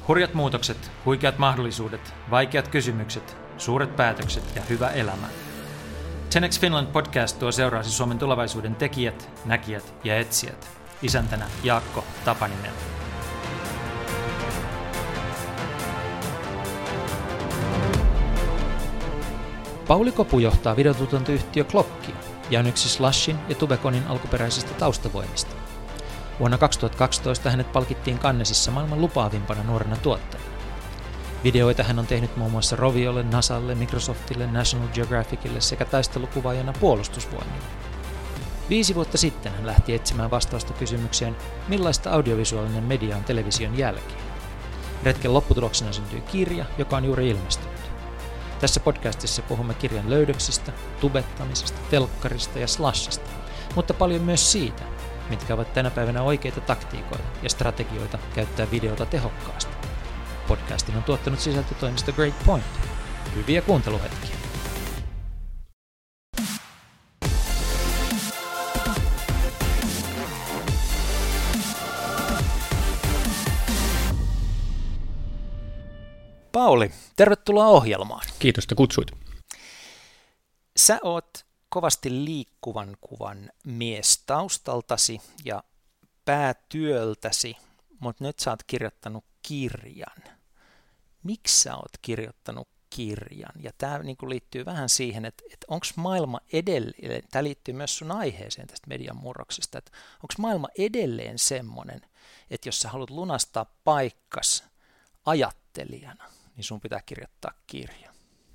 Hurjat muutokset, huikeat mahdollisuudet, vaikeat kysymykset, suuret päätökset ja hyvä elämä. 10X Finland podcast tuo seuraasi Suomen tulevaisuuden tekijät, näkijät ja etsijät. Isäntänä Jaakko Tapaninen. Pauli Kopu johtaa videotuotantoyhtiö Clockia ja on yksi Slushin ja Tubeconin alkuperäisistä taustavoimista. Vuonna 2012 hänet palkittiin Cannesissa maailman lupaavimpana nuorena tuottajana. Videoita hän on tehnyt muun muassa Roviolle, NASAlle, Microsoftille, National Geographicille sekä taistelukuvaajana Puolustusvoimille. 5 vuotta sitten hän lähti etsimään vastausta kysymykseen, millaista audiovisuaalinen media on television jälkeen. Retken lopputuloksena syntyi kirja, joka on juuri ilmestynyt. Tässä podcastissa puhumme kirjan löydöksistä, tubettamisesta, telkkarista ja slashista, mutta paljon myös siitä, mitkä ovat tänä päivänä oikeita taktiikoita ja strategioita käyttää videota tehokkaasti. Podcastin on tuottanut sisältötoimisto Great Point. Hyviä kuunteluhetkiä. Pauli, tervetuloa ohjelmaan. Kiitos, että kutsuit. Sä oot kovasti liikkuvan kuvan mies taustaltasi ja päätyöltäsi, mutta nyt sä oot kirjoittanut kirjan. Miksi sä oot kirjoittanut kirjan? Ja tämä niinku liittyy vähän siihen, että onko maailma edelleen, tämä liittyy myös sun aiheeseen tästä median murroksesta, että onko maailma edelleen semmoinen, että jos sä haluat lunastaa paikkas ajattelijana, niin sun pitää kirjoittaa kirja.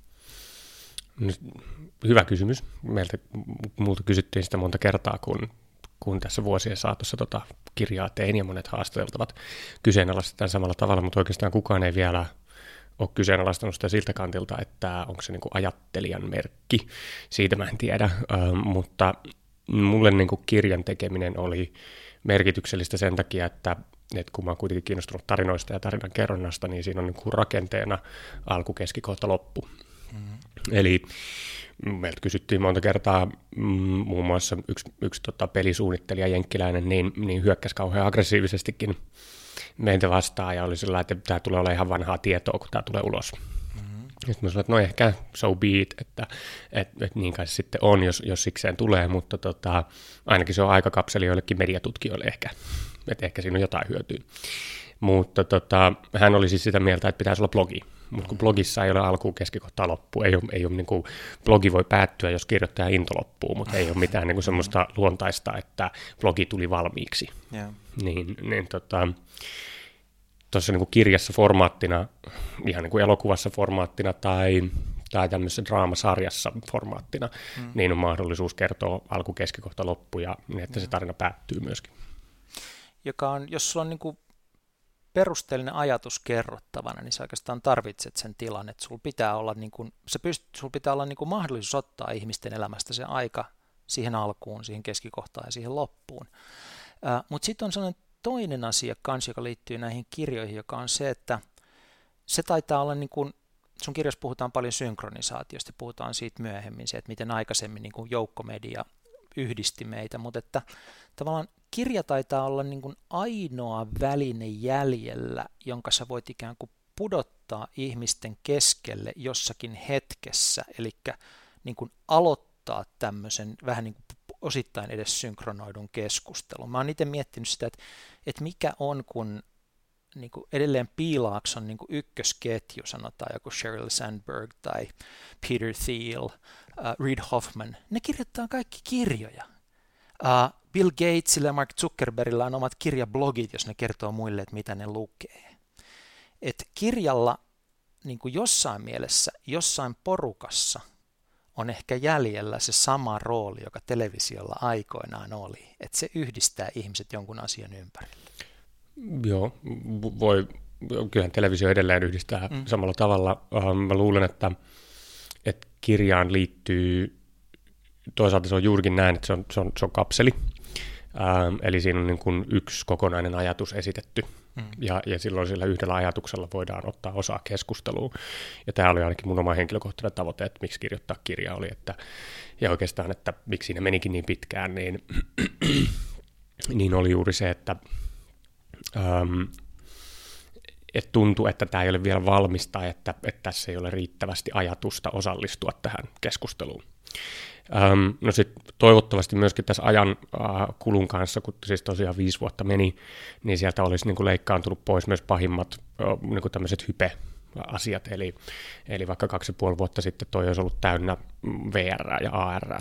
Hyvä kysymys. Multa kysyttiin sitä monta kertaa, kun tässä vuosien saatossa kirjaa tein, ja monet haastateltavat kyseenalaistetaan samalla tavalla, mutta oikeastaan kukaan ei vielä ole kyseenalaistanut sitä siltä kantilta, että onko se niin kuin ajattelijan merkki. Siitä mä en tiedä, mutta mulle niin kuin kirjan tekeminen oli merkityksellistä sen takia, että kun mä oon kuitenkin kiinnostunut tarinoista ja tarinan kerronnasta, niin siinä on niin kuin rakenteena alku, keski, kohta, loppu. Eli meiltä kysyttiin monta kertaa, muun muassa yksi pelisuunnittelija jenkkiläinen, niin hyökkäsi kauhean aggressiivisestikin meitä vastaan, ja oli sillä että tämä tulee olla ihan vanhaa tietoa, kun tämä tulee ulos. Sitten mä sanoin, että no ehkä so be it, että niin kai se sitten on, jos sikseen tulee, mutta ainakin se on aikakapseli joillekin mediatutkijoille ehkä, että ehkä siinä on jotain hyötyä. Mutta hän oli siis sitä mieltä, että pitäisi olla blogi. Mutta kun blogissa ei ole alkuun, keskikohtaa, loppu, ei ole niin kuin, blogi voi päättyä, jos kirjoittaja into loppuu, mutta ei ole mitään niin kuin semmoista luontaista, että blogi tuli valmiiksi. Yeah. Tuossa niin kuin kirjassa formaattina, ihan niin kuin elokuvassa formaattina tai tämmöisessä draamasarjassa formaattina, niin on mahdollisuus kertoa alku, keskikohta, loppu ja niin, että se tarina päättyy myöskin. Joka on, jos sulla on niin kuin perusteellinen ajatus kerrottavana, niin sä oikeastaan tarvitset sen tilan, että sulla pitää olla, mahdollisuus ottaa ihmisten elämästä se aika siihen alkuun, siihen keskikohtaan ja siihen loppuun. Mutta sitten on sellainen toinen asia kanssa, joka liittyy näihin kirjoihin, joka on se, että se taitaa olla, niin kuin, sun kirjassa puhutaan paljon synkronisaatiosta, puhutaan siitä myöhemmin, se, että miten aikaisemmin niin kuin joukkomedia yhdisti meitä, mutta että tavallaan kirja taitaa olla niin kuin ainoa väline jäljellä, jonka sä voit ikään kuin pudottaa ihmisten keskelle jossakin hetkessä, eli niin kuin aloittaa tämmöisen vähän niin kuin osittain edes synkronoidun keskustelun. Mä oon itse miettinyt sitä, että mikä on, kun niin kuin edelleen Piilaakson niin kuin ykkösketju, sanotaan joku Sheryl Sandberg tai Peter Thiel, Reid Hoffman, ne kirjoittaa kaikki kirjoja. Bill Gatesilla ja Mark Zuckerbergilla on omat kirjablogit, jos ne kertoo muille, että mitä ne lukee. Et kirjalla niin kuin jossain mielessä, jossain porukassa on ehkä jäljellä se sama rooli, joka televisiolla aikoinaan oli. Että se yhdistää ihmiset jonkun asian ympärille. Joo, kyllähän televisio edelleen yhdistää samalla tavalla. Mä luulen, että kirjaan liittyy, toisaalta se on juurikin näin, että se on kapseli. Eli siinä on niin kuin yksi kokonainen ajatus esitetty, ja silloin sillä yhdellä ajatuksella voidaan ottaa osaa keskusteluun. Ja tämä oli ainakin mun oma henkilökohtainen tavoite, että miksi kirjoittaa kirjaa oli, ja oikeastaan, että miksi siinä menikin niin pitkään, niin oli juuri se, että tuntuu, että tämä ei ole vielä valmista, että tässä ei ole riittävästi ajatusta osallistua tähän keskusteluun. No sitten toivottavasti myöskin tässä ajan kulun kanssa, kun siis tosiaan 5 vuotta meni, niin sieltä olisi niin kuin leikkaantunut pois myös pahimmat niin kuin tämmöiset hype-asiat, eli vaikka 2,5 vuotta sitten toi olisi ollut täynnä VR ja AR.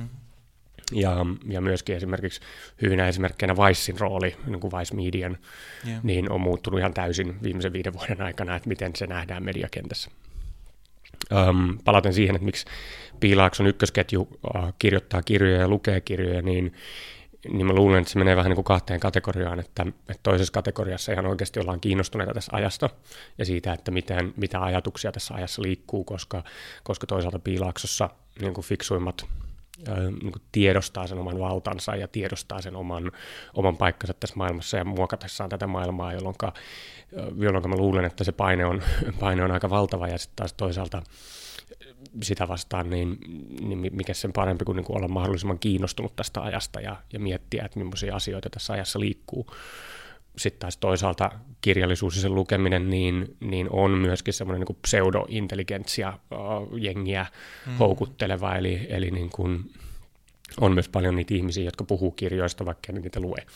Ja myöskin esimerkiksi hyvinä esimerkkeinä Vicein rooli, niin kuin Vice Median, niin on muuttunut ihan täysin viimeisen 5 vuoden aikana, että miten se nähdään mediakentässä. Palaten siihen, että miksi Piilaakson ykkösketju kirjoittaa kirjoja ja lukee kirjoja, niin mä luulen, että se menee vähän niin kuin 2 kategoriaan, että toisessa kategoriassa ihan oikeasti ollaan kiinnostuneita tässä ajasta ja siitä, että mitä ajatuksia tässä ajassa liikkuu, koska toisaalta Piilaaksossa niin kuin fiksuimmat niin kuin tiedostaa sen oman valtansa ja tiedostaa sen oman paikkansa tässä maailmassa ja muokatessaan tätä maailmaa, jolloin mä luulen, että se paine on aika valtava ja sitten taas toisaalta sitä vastaan, niin mikä sen parempi kuin olla mahdollisimman kiinnostunut tästä ajasta ja miettiä, että millaisia asioita tässä ajassa liikkuu. Sitten taas toisaalta kirjallisuus ja sen lukeminen niin on myöskin semmoinen niin pseudo-intelligentsia jengiä houkutteleva, eli niin kuin on myös paljon niitä ihmisiä, jotka puhuu kirjoista, vaikka ne niitä lue.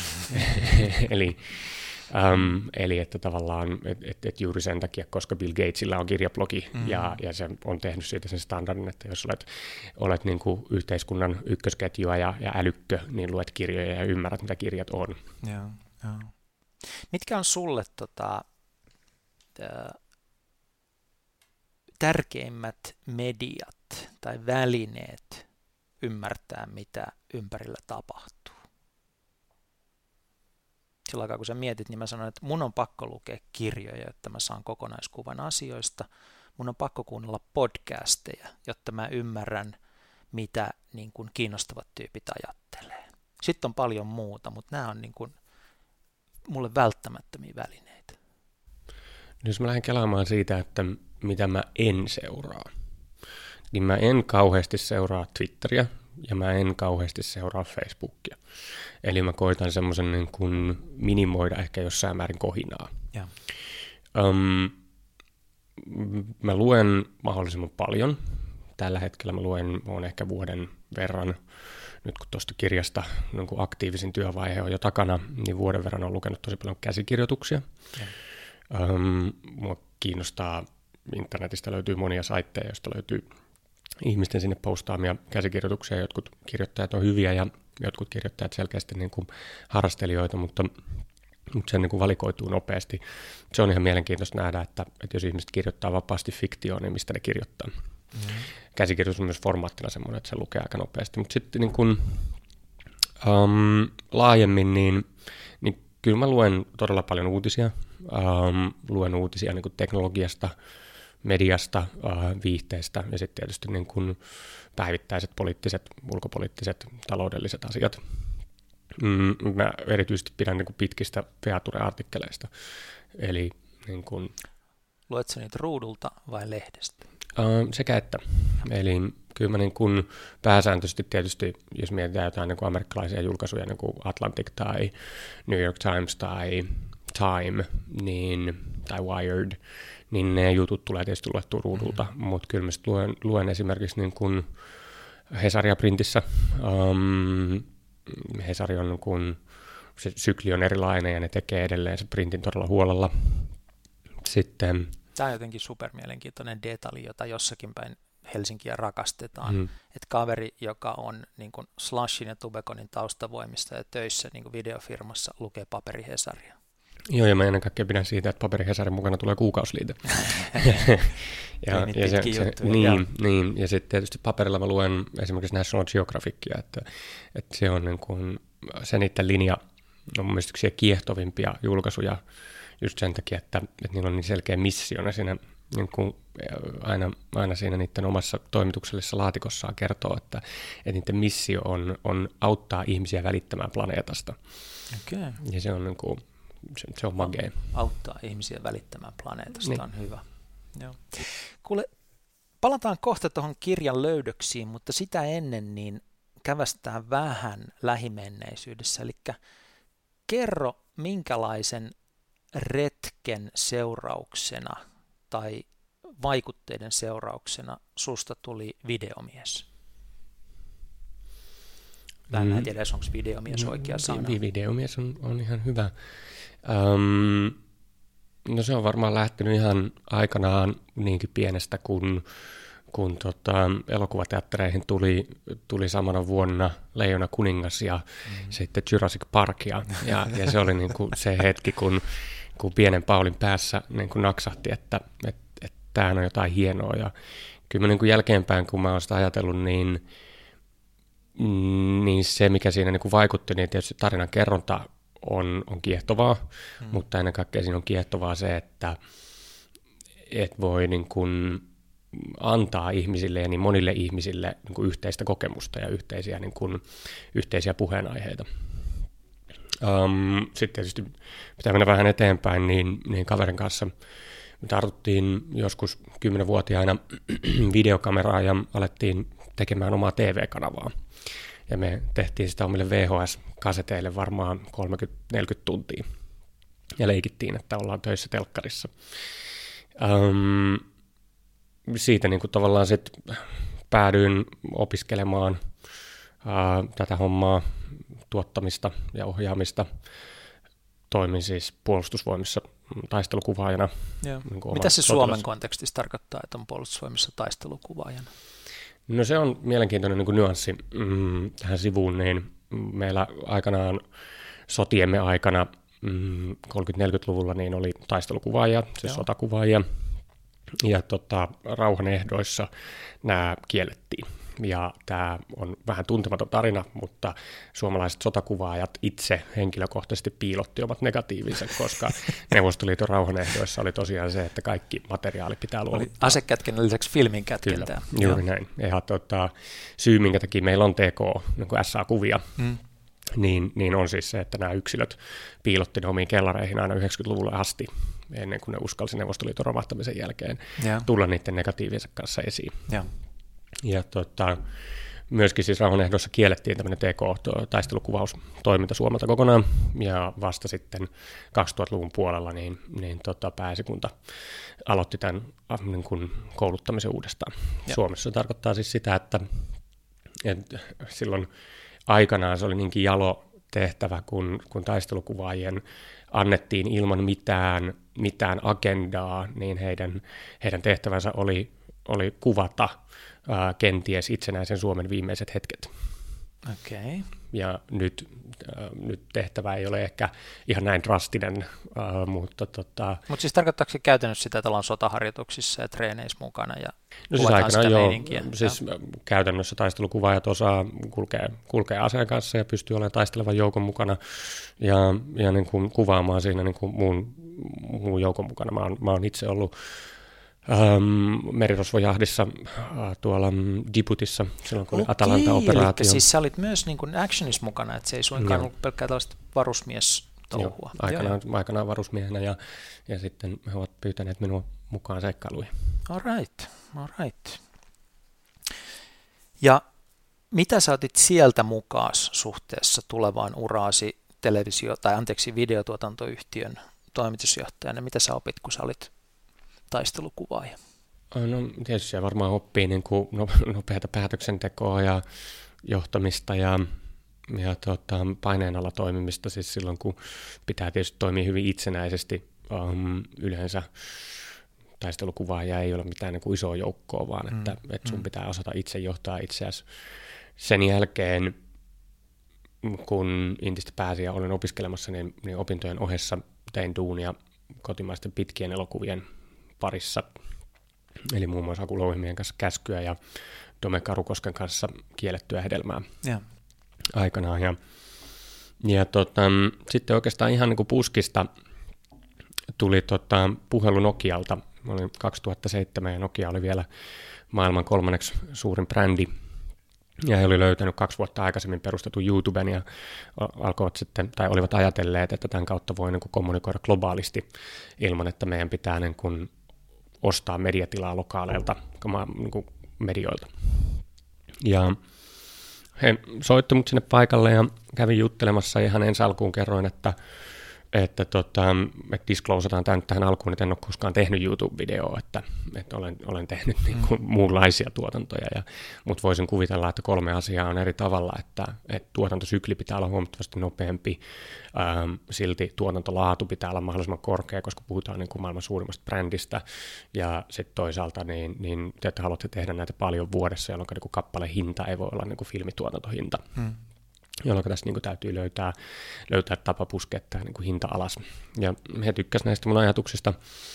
Eli että tavallaan että juuri sen takia, koska Bill Gatesilla on kirjablogi ja se on tehnyt siitä sen standardin, että jos olet niin kuin yhteiskunnan ykkösketjua ja älykkö, niin luet kirjoja ja ymmärrät, mitä kirjat on. Joo. Mitkä on sulle tärkeimmät mediat tai välineet ymmärtää, mitä ympärillä tapahtuu? Sillä aikaa, kun sä mietit, niin mä sanon, että mun on pakko lukea kirjoja, jotta mä saan kokonaiskuvan asioista. Mun on pakko kuunnella podcasteja, jotta mä ymmärrän, mitä niin kuin kiinnostavat tyypit ajattelee. Sitten on paljon muuta, mutta nämä on niin kuin mulle välttämättömiä välineitä. Jos mä lähden kelaamaan siitä, että mitä mä en seuraa, niin mä en kauheasti seuraa Twitteriä ja mä en kauheasti seuraa Facebookia. Eli mä koitan semmoisen niin kuin minimoida ehkä jossain määrin kohinaa. Ja. Mä luen mahdollisimman paljon. Tällä hetkellä mä olen ehkä vuoden verran, nyt kun tuosta kirjasta niin kun aktiivisin työvaihe on jo takana, niin vuoden verran olen lukenut tosi paljon käsikirjoituksia. Mua kiinnostaa, internetistä löytyy monia saitteja, joista löytyy ihmisten sinne postaamia käsikirjoituksia. Jotkut kirjoittajat on hyviä ja jotkut kirjoittajat selkeästi niin kuin harrastelijoita, mutta se niin kuin valikoituu nopeasti. Se on ihan mielenkiintoista nähdä, että jos ihmiset kirjoittaa vapaasti fiktioon, niin mistä ne kirjoittaa. Käsikirjoitus on myös formaattina semmoinen, että se lukee aika nopeasti. Mutta sitten niin kuin, laajemmin, niin kyllä mä luen todella paljon uutisia. Luen uutisia niin kuin teknologiasta, mediasta, viihteestä ja sitten tietysti niin kuin päivittäiset poliittiset, ulkopoliittiset, taloudelliset asiat. Mä erityisesti pidän niin kuin pitkistä feature-artikkeleista. Eli niin kuin, luetko niitä ruudulta vai lehdestä? Sekä että. Eli kyllä mä niin kuin pääsääntöisesti tietysti, jos mietitään jotain niin kuin amerikkalaisia julkaisuja, niin kuin Atlantic tai New York Times tai Time tai Wired, niin ne jutut tulee tietysti luettua ruudulta, mutta kyllä mä luen esimerkiksi niin kuin Hesaria printissä. Hesari on niin kuin, se sykli on erilainen ja ne tekee edelleen se printin todella huolella. Sitten tämä on jotenkin supermielenkiintoinen detalji, jota jossakin päin Helsinkiä rakastetaan. Että kaveri, joka on niin kuin Slushin ja Tubeconin taustavoimista ja töissä niin kuin videofirmassa, lukee paperihesaria. Joo, ja mä ennen kaikkea pidän siitä, että paperihesarin mukana tulee kuukausiliite. Ja sitten tietysti paperilla mä luen esimerkiksi National Geographicia, että se on niin kuin, se niiden linja on mun mielestä yksi kiehtovimpia julkaisuja just sen takia, että niillä on niin selkeä missio siinä niin kuin aina siinä niiden omassa toimituksellisessa laatikossaan kertoo, että niiden missio on auttaa ihmisiä välittämään planeetasta. Okay. Ja se on niin kuin, se on magea. Auttaa ihmisiä välittämään planeetasta niin. On hyvä. Joo. Kuule, palataan kohta tuohon kirjan löydöksiin, mutta sitä ennen niin kävästään vähän lähimenneisyydessä. Eli kerro, minkälaisen retken hetken seurauksena tai vaikutteiden seurauksena susta tuli videomies? En tiedä, onko videomies oikea sana. Videomies on ihan hyvä. No se on varmaan lähtenyt ihan aikanaan niinkin pienestä, kun elokuvateattereihin tuli samana vuonna Leijona kuningas ja sitten Jurassic Park. Ja se oli niin kuin se hetki, kun pienen Paulin päässä niin kuin naksahti, että tämähän on jotain hienoa. Ja kyllä niin kuin jälkeenpäin, kun mä oon sitä ajatellut, niin se, mikä siinä niin kuin vaikutti, niin tietysti tarinan kerronta on kiehtovaa, mutta ennen kaikkea siinä on kiehtovaa se, että voi niin kuin antaa ihmisille ja niin monille ihmisille niin kuin yhteistä kokemusta ja yhteisiä puheenaiheita. Sitten tietysti pitää mennä vähän eteenpäin, niin kaverin kanssa me tartuttiin joskus 10-vuotiaana videokameraa ja alettiin tekemään omaa TV-kanavaa. Ja me tehtiin sitä omille VHS-kaseteille varmaan 30-40 tuntia. Ja leikittiin, että ollaan töissä telkkarissa. Siitä niin kuin tavallaan sitten päädyin opiskelemaan tätä hommaa, tuottamista ja ohjaamista. Toimin siis Puolustusvoimissa taistelukuvaajana. Niin mitä se Suomen kontekstissa tarkoittaa, että on Puolustusvoimissa taistelukuvaajana? No se on mielenkiintoinen niin kuin nyanssi tähän sivuun, niin meillä aikanaan sotiemme aikana 30-40-luvulla niin oli taistelukuvaajia, siis sotakuvaajia, ja rauhan ehdoissa nämä kiellettiin. Ja tämä on vähän tuntematon tarina, mutta suomalaiset sotakuvaajat itse henkilökohtaisesti piilotti omat negatiivinsa, koska Neuvostoliiton rauhanehdoissa oli tosiaan se, että kaikki materiaali pitää luovuttaa. Oli asekätkennän lisäksi filmin kätkentää. Kyllä, juuri näin. Ja syy, minkä takia meillä on niin kuin SA-kuvia, niin on siis se, että nämä yksilöt piilotti ne omiin kellareihin aina 90-luvulle asti, ennen kuin ne uskalsi Neuvostoliiton romahtamisen jälkeen tulla niiden negatiivinsa kanssa esiin. Ja myöskin siis rauhanehdoissa kiellettiin tämmöinen TK-taistelukuvaustoiminta Suomelta kokonaan, ja vasta sitten 2000-luvun puolella niin pääesikunta aloitti tämän niin kuin kouluttamisen uudestaan. Suomessa se tarkoittaa siis sitä, että silloin aikanaan se oli niinkin jalo tehtävä, kun taistelukuvaajien annettiin ilman mitään agendaa, niin heidän tehtävänsä oli kuvata kenties itsenäisen Suomen viimeiset hetket. Okay. Ja nyt tehtävä ei ole ehkä ihan näin drastinen, mutta Mutta siis tarkoittaako se käytännössä sitä, että ollaan sotaharjoituksissa ja treeneissä mukana ja no siis aikanaan siis käytännössä taistelukuvaajat osaa kulkea aseen kanssa ja pystyy olemaan taistelevan joukon mukana ja niin kuin kuvaamaan siinä niin kuin muun joukon mukana. Mä oon itse ollut merirosvojahdissa tuolla Djiboutissa silloin, kun oli Atalanta-operaatio. Eli siis sä olit myös niin kuin actionissa mukana, että se ei suinkaan ollut pelkkää tällaista varusmies-touhua. Aikanaan varusmiehenä ja sitten he ovat pyytäneet minua mukaan seikkailuihin. All right. Ja mitä sä otit sieltä mukaan suhteessa tulevaan uraasi videotuotantoyhtiön toimitusjohtajana? Mitä sä opit, kun sä olit taistelukuvaaja? No tietysti se varmaan oppii niin kuin nopeata päätöksentekoa ja johtamista ja paineen alla toimimista, siis silloin kun pitää tietysti toimia hyvin itsenäisesti. Yleensä taistelukuvaaja ei ole mitään niin kuin isoa joukkoa, vaan että sun pitää osata itse johtaa itseäsi. Sen jälkeen, kun Intistä pääsin ja olin opiskelemassa, niin opintojen ohessa tein duunia kotimaisten pitkien elokuvien parissa, eli muun muassa Aku Louhimien kanssa Käskyä ja Dome Karukosken kanssa Kiellettyä hedelmää aikanaan. Ja sitten oikeastaan ihan niin kuin puskista tuli puhelu Nokialta. Mä olin 2007 ja Nokia oli vielä maailman 3. suurin brändi. Ja he oli löytänyt 2 vuotta aikaisemmin perustetun YouTuben ja olivat ajatelleet, että tämän kautta voi niin kuin kommunikoida globaalisti ilman, että meidän pitää niin kuin ostaa mediatilaa lokaaleilta niin kuin medioilta. Ja he soitti mut sinne paikalle ja kävin juttelemassa ihan ensi alkuun kerroin, että että disclosataan tämä nyt tähän alkuun, että en ole koskaan tehnyt YouTube-videoa, että olen tehnyt niin kuin muunlaisia tuotantoja, mutta voisin kuvitella, että 3 asiaa on eri tavalla, että tuotantosykli pitää olla huomattavasti nopeampi, silti tuotantolaatu pitää olla mahdollisimman korkea, koska puhutaan niin kuin maailman suurimmasta brändistä, ja sitten toisaalta niin te haluatte tehdä näitä paljon vuodessa, jolloin niin kuin kappaleen hinta ei voi olla niin kuin filmituotantohinta. Jolloin tässä niin täytyy löytää tapa puskea tämä niin hinta alas. Ja he tykkäsivät näistä mun ajatuksista,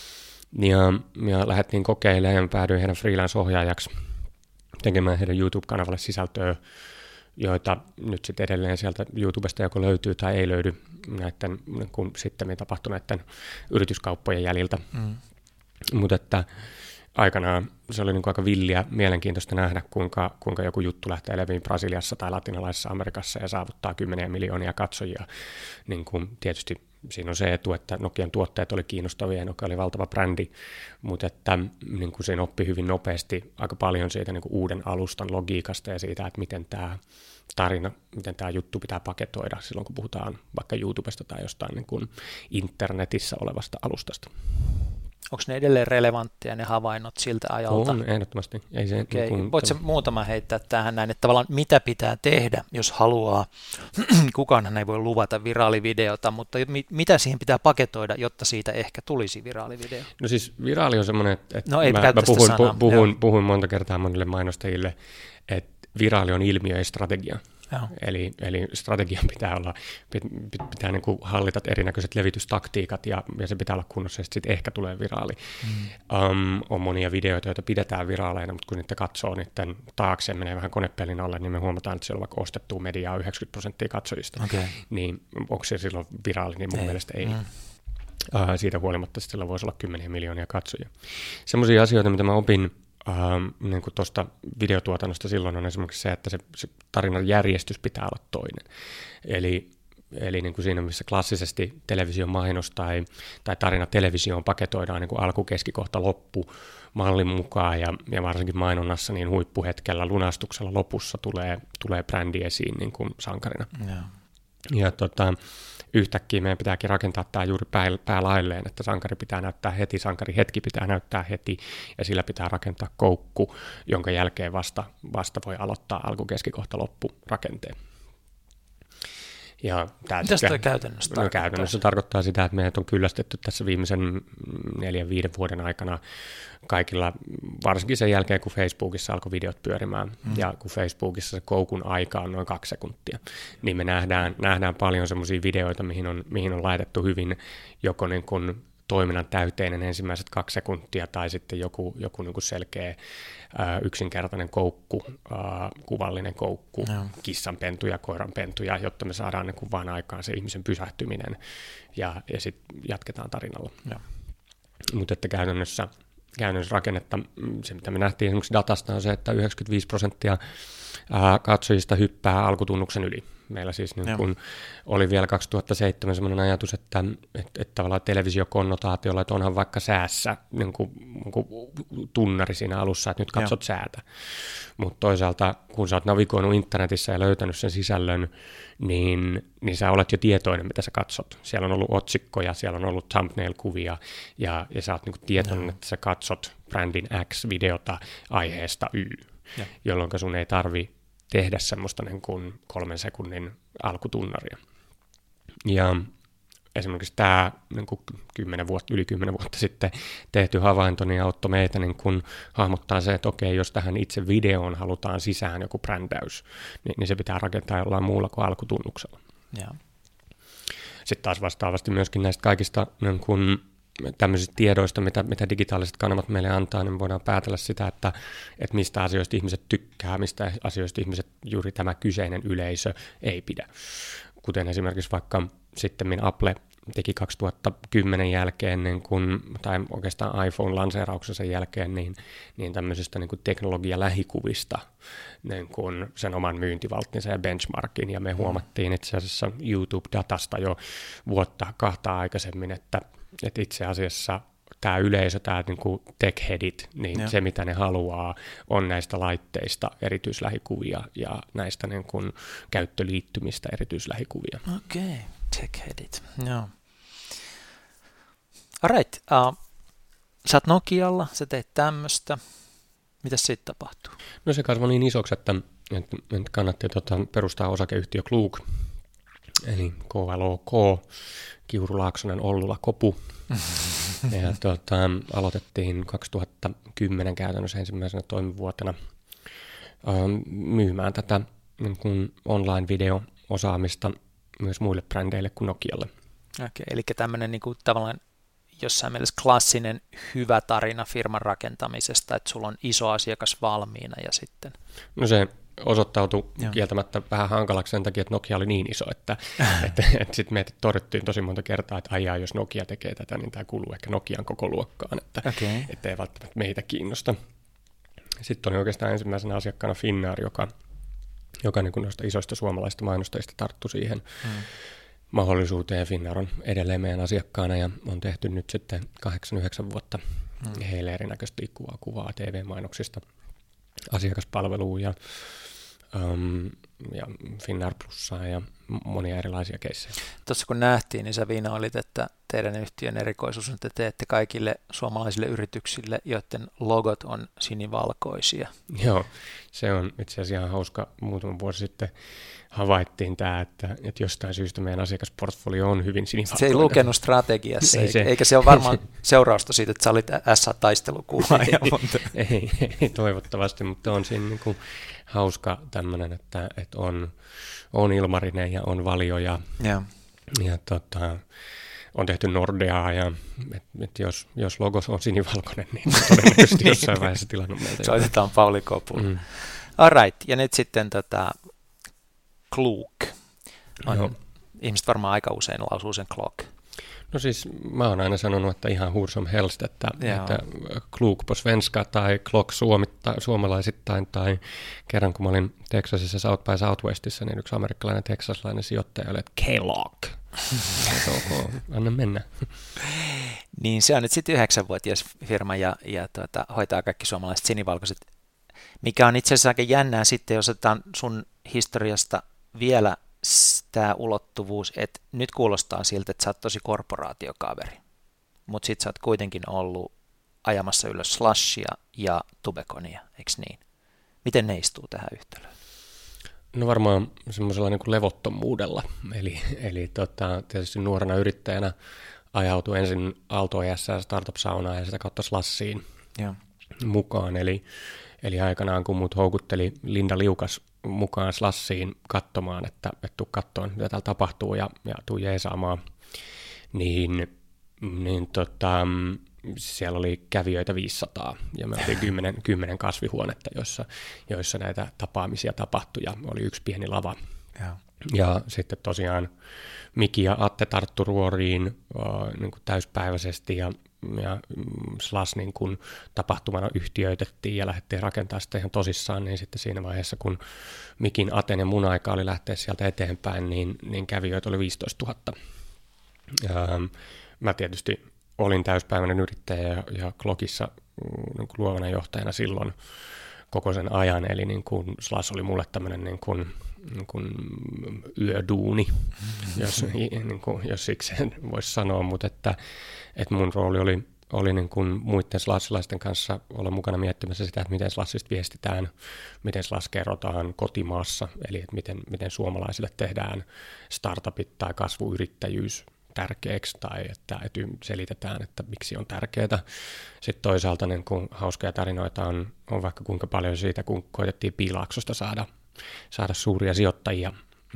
ja lähdettiin kokeilemaan ja päädyin heidän freelance-ohjaajaksi tekemään heidän YouTube-kanavalle sisältöä, joita nyt sitten edelleen sieltä YouTubesta joko löytyy tai ei löydy näiden kun sitten tapahtuneiden yrityskauppojen jäljiltä. Mutta että aikanaan se oli niin kuin aika villiä, mielenkiintoista nähdä, kuinka joku juttu lähtee leviin Brasiliassa tai latinalaisessa Amerikassa ja saavuttaa 10 miljoonia katsojia. Niin kuin tietysti siinä on se etu, että Nokian tuotteet oli kiinnostavia ja Nokia oli valtava brändi, mutta että niin kuin siinä oppi hyvin nopeasti aika paljon siitä niin kuin uuden alustan logiikasta ja siitä, että miten tämä tarina, miten tämä juttu pitää paketoida silloin, kun puhutaan vaikka YouTubesta tai jostain niin kuin internetissä olevasta alustasta. Onko ne edelleen relevantteja ne havainnot siltä ajalta? On, ehdottomasti. Ei se, niin voitko muutama heittää tähän näin, että tavallaan mitä pitää tehdä, jos haluaa, kukaanhan ei voi luvata viraalivideota, mutta mitä siihen pitää paketoida, jotta siitä ehkä tulisi viraalivideo? No siis viraali on semmoinen, että mä puhuin monta kertaa monille mainostajille, että viraali on ilmiö, ei strategia. Eli strategian pitää niin kuin hallita erinäköiset levitystaktiikat ja se pitää olla kunnossa, että sitten ehkä tulee viraali. On monia videoita, joita pidetään viraaleina, mutta kun niitä katsoo niiden taakse, menee vähän konepelin alle, niin me huomataan, että siellä on vaikka ostettua mediaa 90% katsojista. Niin onko se silloin viraali, niin mun mielestä ei. Siitä huolimatta sillä voisi olla 10 miljoonia katsojia. Semmoisia asioita, mitä mä opin niin kuin tuosta videotuotannosta silloin on esimerkiksi se, että se tarinan järjestys pitää olla toinen. Eli niin kuin siinä, missä klassisesti television mainos tai tarina televisioon paketoidaan niin kuin alku, keskikohta, loppu mallin mukaan ja varsinkin mainonnassa niin huippuhetkellä lunastuksella lopussa tulee brändi esiin niin kuin sankarina. Ja yhtäkkiä meidän pitääkin rakentaa tämä juuri päälailleen, että sankari pitää näyttää heti, sankarihetki pitää näyttää heti, ja sillä pitää rakentaa koukku, jonka jälkeen vasta voi aloittaa alku, keskikohta, loppu rakenteen. Mitäs toi käytännössä tarkoittaa? Käytännössä tarkoittaa sitä, että meidät on kyllästetty tässä viimeisen 4-5 vuoden aikana kaikilla, varsinkin sen jälkeen, kun Facebookissa alkoi videot pyörimään, ja kun Facebookissa se koukun aika on noin 2 sekuntia, niin me nähdään paljon semmoisia videoita, mihin on laitettu hyvin joko niin kuin toiminnan täyteinen ensimmäiset 2 sekuntia, tai sitten joku niin kuin selkeä yksinkertainen koukku, kuvallinen koukku, kissanpentuja, koiranpentuja, jotta me saadaan niin kuin vaan aikaan se ihmisen pysähtyminen, ja sitten jatketaan tarinalla. Mutta että käytännössä rakennetta, se mitä me nähtiin esimerkiksi datasta on se, että 95% katsojista hyppää alkutunnuksen yli. Meillä siis niin kun oli vielä 2007 sellainen ajatus, että tavallaan televisiokonnotaatiolla, että onhan vaikka säässä niin kuin tunnari siinä alussa, että nyt katsot säätä. Mutta toisaalta, kun sä oot navigoinut internetissä ja löytänyt sen sisällön, niin sä olet jo tietoinen, mitä sä katsot. Siellä on ollut otsikkoja, siellä on ollut thumbnail-kuvia, ja sä oot niin kuin tietoinen, että sä katsot brändin X-videota aiheesta Y, jolloin sun ei tarvi tehdä semmoista niin kuin 3 sekunnin alkutunnaria. Ja esimerkiksi tämä niin kuin yli 10 vuotta sitten tehty havainto niin auttoi meitä niin kuin hahmottaa se, että okei, jos tähän itse videoon halutaan sisään joku brändäys, niin se pitää rakentaa jollain muulla kuin alkutunnuksella. Sitten taas vastaavasti myöskin näistä kaikista niin kuin tämmöisistä tiedoista, mitä digitaaliset kanavat meille antaa, niin me voidaan päätellä sitä, että mistä asioista ihmiset tykkää, mistä asioista ihmiset, juuri tämä kyseinen yleisö, ei pidä. Kuten esimerkiksi vaikka sitten Apple teki 2010 jälkeen, tai oikeastaan iPhone-lanseerauksensa jälkeen, niin tämmöisistä niin kuin teknologia-lähikuvista niin kuin sen oman myyntivalttinsa ja benchmarkin, ja me huomattiin itse asiassa YouTube-datasta jo vuotta 2 aikaisemmin, että itse asiassa tämä yleisö, tämä niin kuin tech-headit, niin se mitä ne haluaa on näistä laitteista erityislähikuvia ja näistä niin kuin käyttöliittymistä erityislähikuvia. Okei, tech-headit, joo. Alright, sä oot Nokialla, sä teit tämmöistä. Mitäs siitä tapahtuu? No se kasvoi niin isoksi, että kannatti perustaa osakeyhtiö Kluk, eli KLOK, Kiuru, Laaksonen, Ollula, Kopu. Ja aloitettiin 2010 käytännössä ensimmäisenä toimivuotena myymään tätä niin kuin online-video-osaamista myös muille brändeille kuin Nokialle. Okei, eli tämmöinen niin kuin tavallaan jossain mielessä klassinen hyvä tarina firman rakentamisesta, että sulla on iso asiakas valmiina ja sitten... No se osoittautui kieltämättä vähän hankalaksi sen takia, että Nokia oli niin iso, että sitten meitä torjuttiin tosi monta kertaa, että ajaa, jos Nokia tekee tätä, niin tämä kuuluu ehkä Nokian koko luokkaan, että ei välttämättä meitä kiinnosta. Sitten oli oikeastaan ensimmäisenä asiakkaana Finnair, joka niin kuin noista isoista suomalaisista mainostajista tarttui siihen mahdollisuuteen. Finnair on edelleen meidän asiakkaana ja on tehty nyt sitten 8-9 vuotta heille erinäköistä kuvaa TV-mainoksista asiakaspalveluun ja Finnair Plussaa ja monia erilaisia keissejä. Tuossa kun nähtiin, niin sä viinoilit, että teidän yhtiön erikoisuus on, että teette kaikille suomalaisille yrityksille, joiden logot on sinivalkoisia. Joo, se on itse asiassa ihan hauska. Muutama vuosi sitten havaittiin tämä, että jostain syystä meidän asiakasportfolio on hyvin sinivalkoinen. Se ei lukenut strategiassa, eikä se ole varmaan seurausta siitä, että sä olit SA-taistelukuvaaja. Ei toivottavasti, mutta on siinä niin kuin hauska tämmöinen, että on Ilmarinen ja on Valio ja on tehty Nordeaa ja jos logos on sinivalkoinen, niin todennäköisesti jossain vaiheessa tilannut meiltä. Soitetaan Pauli Kopulle. Alright, ja nyt sitten Kluk. Ihmiset varmaan aika usein lausuu sen Klok. No siis mä oon aina sanonut, että ihan hur som helst, että Kluk på svenska tai Klok suomalaisittain tai kerran kun mä olin Texasissa South by Southwestissa, niin yksi amerikkalainen teksaslainen sijoittaja oli, että Kellogg. Anna mennä. Niin se on nyt sitten 9-vuotias firma ja hoitaa kaikki suomalaiset sinivalkoiset, mikä on itse asiassa aika jännää sitten, jos otetaan sun historiasta vielä tämä ulottuvuus, että nyt kuulostaa siltä, että sä oot tosi korporaatiokaveri, mutta sit sä oot kuitenkin ollut ajamassa ylös Slushia ja Tubeconia, eikö niin? Miten ne istuu tähän yhtälöön? No varmaan semmoisella niin kuin levottomuudella, eli tietysti nuorena yrittäjänä ajautui ensin Aalto ES Startup-saunaan ja sitä kautta Slushiin mukaan, eli aikanaan kun mut houkutteli Linda Liukas mukaan Slushiin katsomaan, että tuu katsomaan, mitä täällä tapahtuu ja tuu jeesaamaan, niin siellä oli kävijöitä 500 ja me oltiin 10 kasvihuonetta, joissa näitä tapaamisia tapahtui ja oli yksi pieni lava. Ja sitten tosiaan Miki ja Atte tarttu ruoriin niin kuin täyspäiväisesti ja Slush niin kuin tapahtumana yhtiöitettiin ja lähdettiin rakentamaan sitä ihan tosissaan, niin sitten siinä vaiheessa, kun Mikin, Aten ja mun aika oli lähteä sieltä eteenpäin, niin kävijöitä oli 15 000. Mä tietysti olin täyspäiväinen yrittäjä ja Klokissa niin kuin luovana johtajana silloin koko sen ajan, eli niin kuin Slush oli mulle tämmöinen niin kuin yöduuni, jos siksi voisi sanoa, mutta että mun rooli oli niin kuin muiden Slushilaisten kanssa olla mukana miettimässä sitä, että miten Slushista viestitään, miten Slush kerrotaan kotimaassa, eli että miten suomalaisille tehdään startupit tai kasvuyrittäjyys tärkeäksi tai että selitetään, että miksi on tärkeää. Sitten toisaalta niin kun hauskoja tarinoita on vaikka kuinka paljon siitä, kun koitettiin Piilaaksosta saada suuria sijoittajia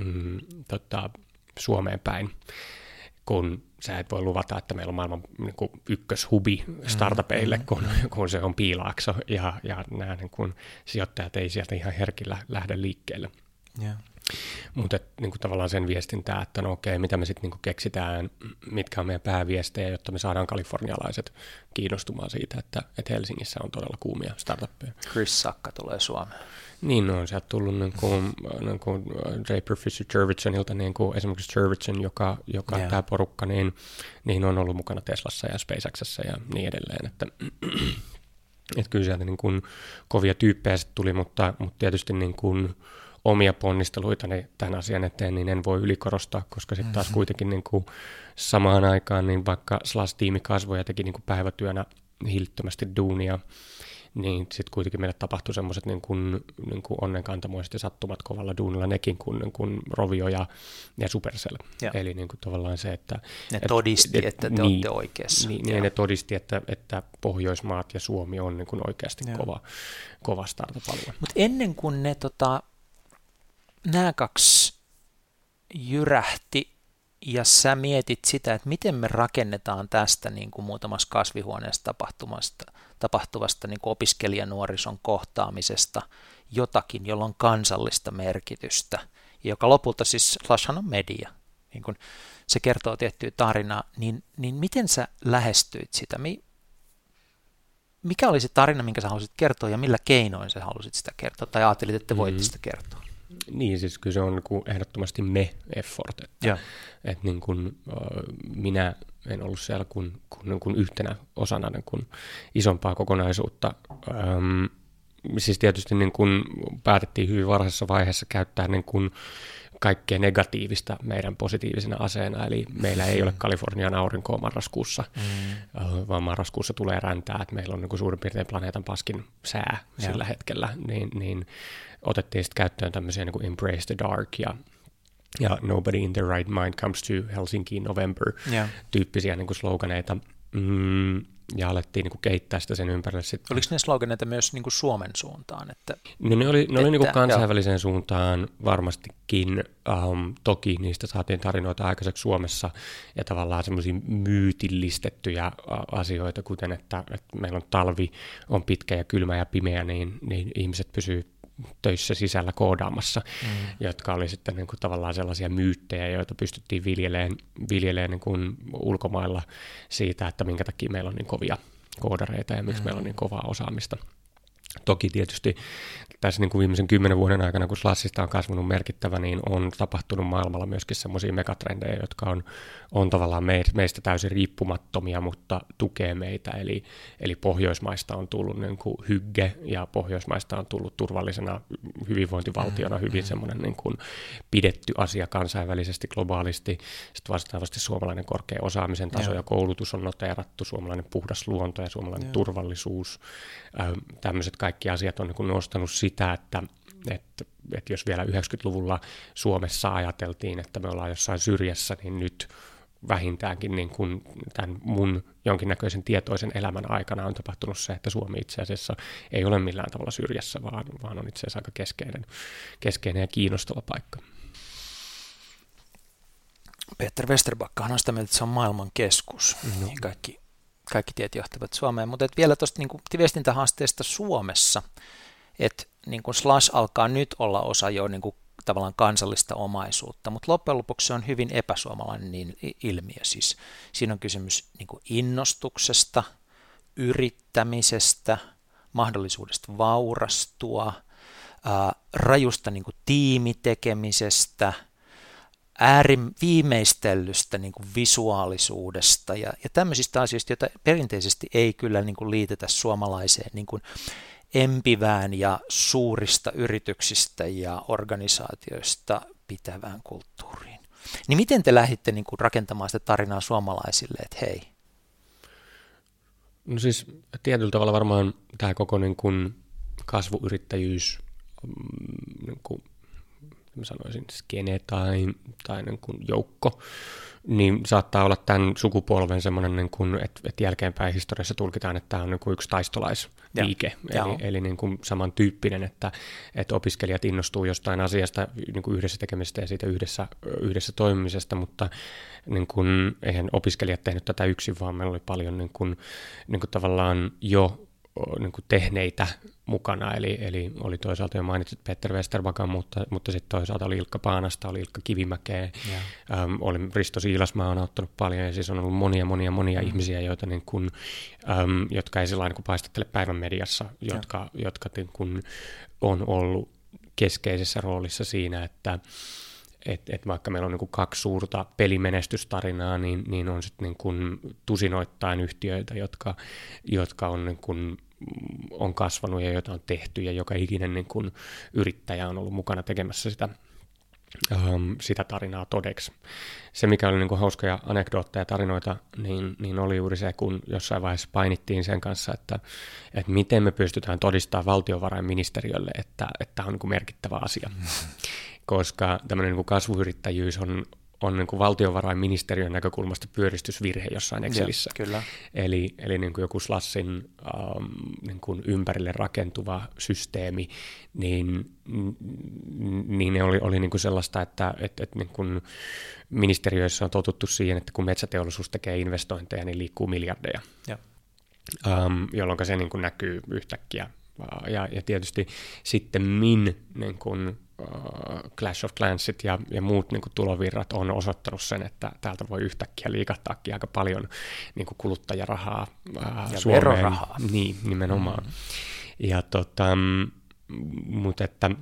Suomeen päin, kun sä et voi luvata, että meillä on maailman niin kuin ykköshubi startupeille, kun se on Piilaakso ja nämä niin kuin sijoittajat ei sieltä ihan herkillä lähde liikkeelle. Yeah. Mutta niin tavallaan sen viestintää, että no okei, mitä me sitten niin keksitään, mitkä on meidän pääviestejä, jotta me saadaan kalifornialaiset kiinnostumaan siitä, että Helsingissä on todella kuumia startuppeja. Chris Sakka tulee Suomeen. Niin, no on sieltä tullut niin kuin Draper Fisher Jurvitsonilta, niin kuin esimerkiksi Jurvitson, joka tämä porukka, niin on ollut mukana Teslassa ja SpaceXssä ja niin edelleen, että kyllä sieltä niin kuin kovia tyyppejä sitten tuli, mutta tietysti niin kuin omia ponnisteluitani tämän asian eteen, niin en voi ylikorostaa, koska sitten taas kuitenkin niin kuin samaan aikaan, niin vaikka Slush-tiimi kasvoi ja teki niin kuin päivätyönä hillittömästi duunia, niin sitten kuitenkin meille tapahtui semmoiset niin kuin onnenkantamoiset ja sattumat kovalla duunilla nekin kuin Rovio ja Supercell. Ja. Eli niin kuin tavallaan se, että... Ne todisti, että te olette oikeassa. Niin, ne todisti, että Pohjoismaat ja Suomi on niin kuin oikeasti kova startup-alue. Mutta ennen kuin nämä kaksi jyrähti, ja sä mietit sitä, että miten me rakennetaan tästä niin kuin muutamassa kasvihuoneessa tapahtuvasta niin kuin opiskelijanuorison kohtaamisesta jotakin, jolla on kansallista merkitystä, joka lopulta siis Slushhan on media, niin kuin se kertoo tiettyä tarinaa, niin miten sä lähestyit sitä? Mikä oli se tarina, minkä sä halusit kertoa ja millä keinoin sä halusit sitä kertoa tai ajattelit, että voitte sitä kertoa? Niin, siis kyllä se on ehdottomasti me-effort, että niin kuin, minä en ollut siellä kuin yhtenä osana niin kuin isompaa kokonaisuutta. Siis tietysti niin kuin päätettiin hyvin varhaisessa vaiheessa käyttää niin kuin kaikkea negatiivista meidän positiivisena aseena, eli meillä ei ole Kalifornian aurinkoa marraskuussa, vaan marraskuussa tulee räntää, että meillä on niin kuin suurin piirtein planeetan paskin sää sillä hetkellä, niin otettiin sitten käyttöön tämmöisiä niin kuin Embrace the Dark ja Nobody in the Right Mind Comes to Helsinki in November tyyppisiä niin kuin sloganeita, ja alettiin niin kuin kehittää sitä sen ympärille. Oliko ne sloganeita myös niin kuin Suomen suuntaan? No ne oli niin kuin kansainväliseen suuntaan varmastikin. Toki niistä saatiin tarinoita aikaiseksi Suomessa ja tavallaan semmoisia myytillistettyjä asioita, kuten että meillä on talvi, on pitkä ja kylmä ja pimeä, niin ihmiset pysyy töissä sisällä koodaamassa, jotka oli sitten niin kuin tavallaan sellaisia myyttejä, joita pystyttiin viljelemään niin kuin ulkomailla siitä, että minkä takia meillä on niin kovia koodareita ja miksi meillä on niin kovaa osaamista. Toki tietysti tässä niin kuin viimeisen 10 vuoden aikana, kun Slushista on kasvanut merkittävä, niin on tapahtunut maailmalla myöskin semmoisia megatrendejä, jotka on tavallaan meistä täysin riippumattomia, mutta tukee meitä. Eli Pohjoismaista on tullut niin kuin hygge ja Pohjoismaista on tullut turvallisena hyvinvointivaltiona hyvin semmoinen niin kuin pidetty asia kansainvälisesti, globaalisti. Sitten vastaavasti suomalainen korkea osaamisen taso ja koulutus on noteerattu, suomalainen puhdas luonto ja suomalainen turvallisuus. Tämmöiset kaikki asiat on niin kuin nostanut sitä, että jos vielä 90-luvulla Suomessa ajateltiin, että me ollaan jossain syrjässä, niin nyt vähintäänkin niin kuin tämän mun jonkinnäköisen tietoisen elämän aikana on tapahtunut se, että Suomi itse asiassa ei ole millään tavalla syrjässä, vaan on itse asiassa aika keskeinen ja kiinnostava paikka. Peter Vesterbackahan on sitä mieltä, että se on maailman keskus. Kaikki tiet johtavat Suomeen, mutta vielä tuosta niin viestintähaasteesta Suomessa, että niin kuin Slush alkaa nyt olla osa jo niin kuin tavallaan kansallista omaisuutta, mutta loppujen lopuksi se on hyvin epäsuomalainen ilmiö. Siis siinä on kysymys niin kuin innostuksesta, yrittämisestä, mahdollisuudesta vaurastua, rajusta niin kuin tiimitekemisestä, viimeistellystä niin kuin visuaalisuudesta ja tämmöisistä asioista, joita perinteisesti ei kyllä niin kuin liitetä suomalaiseen niin kuin empivään ja suurista yrityksistä ja organisaatioista pitävään kulttuuriin. Niin miten te lähditte niin kuin rakentamaan sitä tarinaa suomalaisille, että hei? No siis tietyllä tavalla varmaan tämä koko niin kuin kasvuyrittäjyys, niin kuin mä sanoisin skene tai niin kuin joukko, niin saattaa olla tämän sukupolven semmoinen, niin kuin, että jälkeenpäin historiassa tulkitaan, että tämä on niin kuin yksi taistolaisliike, eli niin kuin samantyyppinen, että opiskelijat innostuu jostain asiasta niin kuin yhdessä tekemisestä ja siitä yhdessä toimimisesta, mutta niin kuin, eihän opiskelijat tehnyt tätä yksin, vaan meillä oli paljon niin kuin tavallaan jo niin kuin tehneitä mukana, eli oli toisaalta jo mainitsit Peter Vesterbackan, mutta sitten toisaalta oli Ilkka Paanasta, oli Ilkka Kivimäkeä, oli Risto Siilasmaa on auttanut paljon, ja siis on ollut monia ihmisiä, joita niin kuin, jotka ei sillä niin kuin paistattele päivän mediassa, jotka niin kuin on ollut keskeisessä roolissa siinä, että vaikka meillä on niin kuin 2 suurta pelimenestystarinaa, niin on sitten niin kuin tusinoittain yhtiöitä, jotka on niin kuin on kasvanut ja joita on tehty ja joka ikinen niin kuin yrittäjä on ollut mukana tekemässä sitä tarinaa todeksi. Se, mikä oli niin kuin hauskoja anekdootteja ja tarinoita, niin oli juuri se, kun jossain vaiheessa painittiin sen kanssa, että miten me pystytään todistamaan valtiovarainministeriölle, että tämä on niin kuin merkittävä asia. Koska tämmöinen niin kuin kasvuyrittäjyys on niin kuin valtiovarainministeriön näkökulmasta pyöristysvirhe jossain Excelissä. Ja, kyllä. Eli niin kuin joku Slashin niin kuin ympärille rakentuva systeemi, niin ne oli niin kuin sellaista, että niin kuin ministeriöissä on totuttu siihen, että kun metsäteollisuus tekee investointeja, niin liikkuu miljardeja, jolloin se niin kuin näkyy yhtäkkiä. Ja tietysti sitten niin kuin Clash of Clansit ja muut niin kuin tulovirrat on osoittanut sen, että täältä voi yhtäkkiä liikahtaakin aika paljon niin kuin kuluttajarahaa ja Suomeen. verorahaa. Niin, nimenomaan. Ja mutta että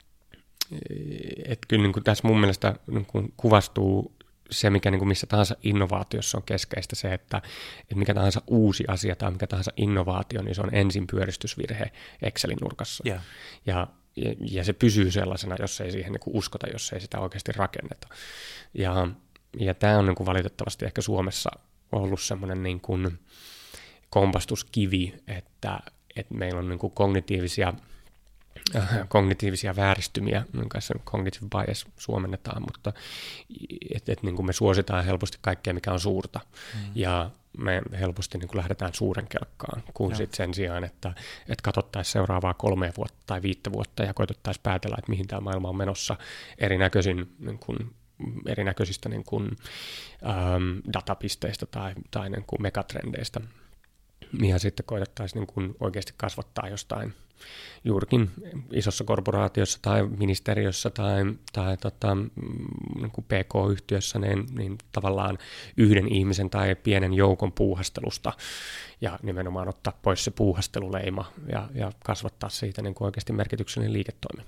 kyllä niin kuin tässä mun mielestä niin kuin kuvastuu se, mikä niin kuin missä tahansa innovaatiossa on keskeistä, se, että mikä tahansa uusi asia tai mikä tahansa innovaatio, niin se on ensin pyöristysvirhe Excelin nurkassa. Yeah. Ja se pysyy sellaisena, jos ei siihen niin kuin uskota, jos ei sitä oikeasti rakenneta. Ja tämä on niin kuin valitettavasti ehkä Suomessa ollut semmoinen niin kuin kompastuskivi, että meillä on niin kuin kognitiivisia vääristymiä, jonka se cognitive bias suomennetaan, mutta niin kuin me suositaan helposti kaikkea, mikä on suurta, ja me helposti niin kuin lähdetään suuren kelkkaan, kun sit sen sijaan, että katsottaisiin seuraavaa 3 vuotta tai 5 vuotta ja koetettaisiin päätellä, että mihin tämä maailma on menossa erinäköisistä niin kuin, datapisteistä tai niin kuin megatrendeistä. Ja sitten koetettaisiin niin kuin oikeasti kasvattaa jostain juurikin isossa korporaatiossa tai ministeriössä tai niin kuin PK-yhtiössä niin tavallaan yhden ihmisen tai pienen joukon puuhastelusta ja nimenomaan ottaa pois se puuhasteluleima ja kasvattaa siitä niin kuin oikeasti merkityksellinen liiketoimi.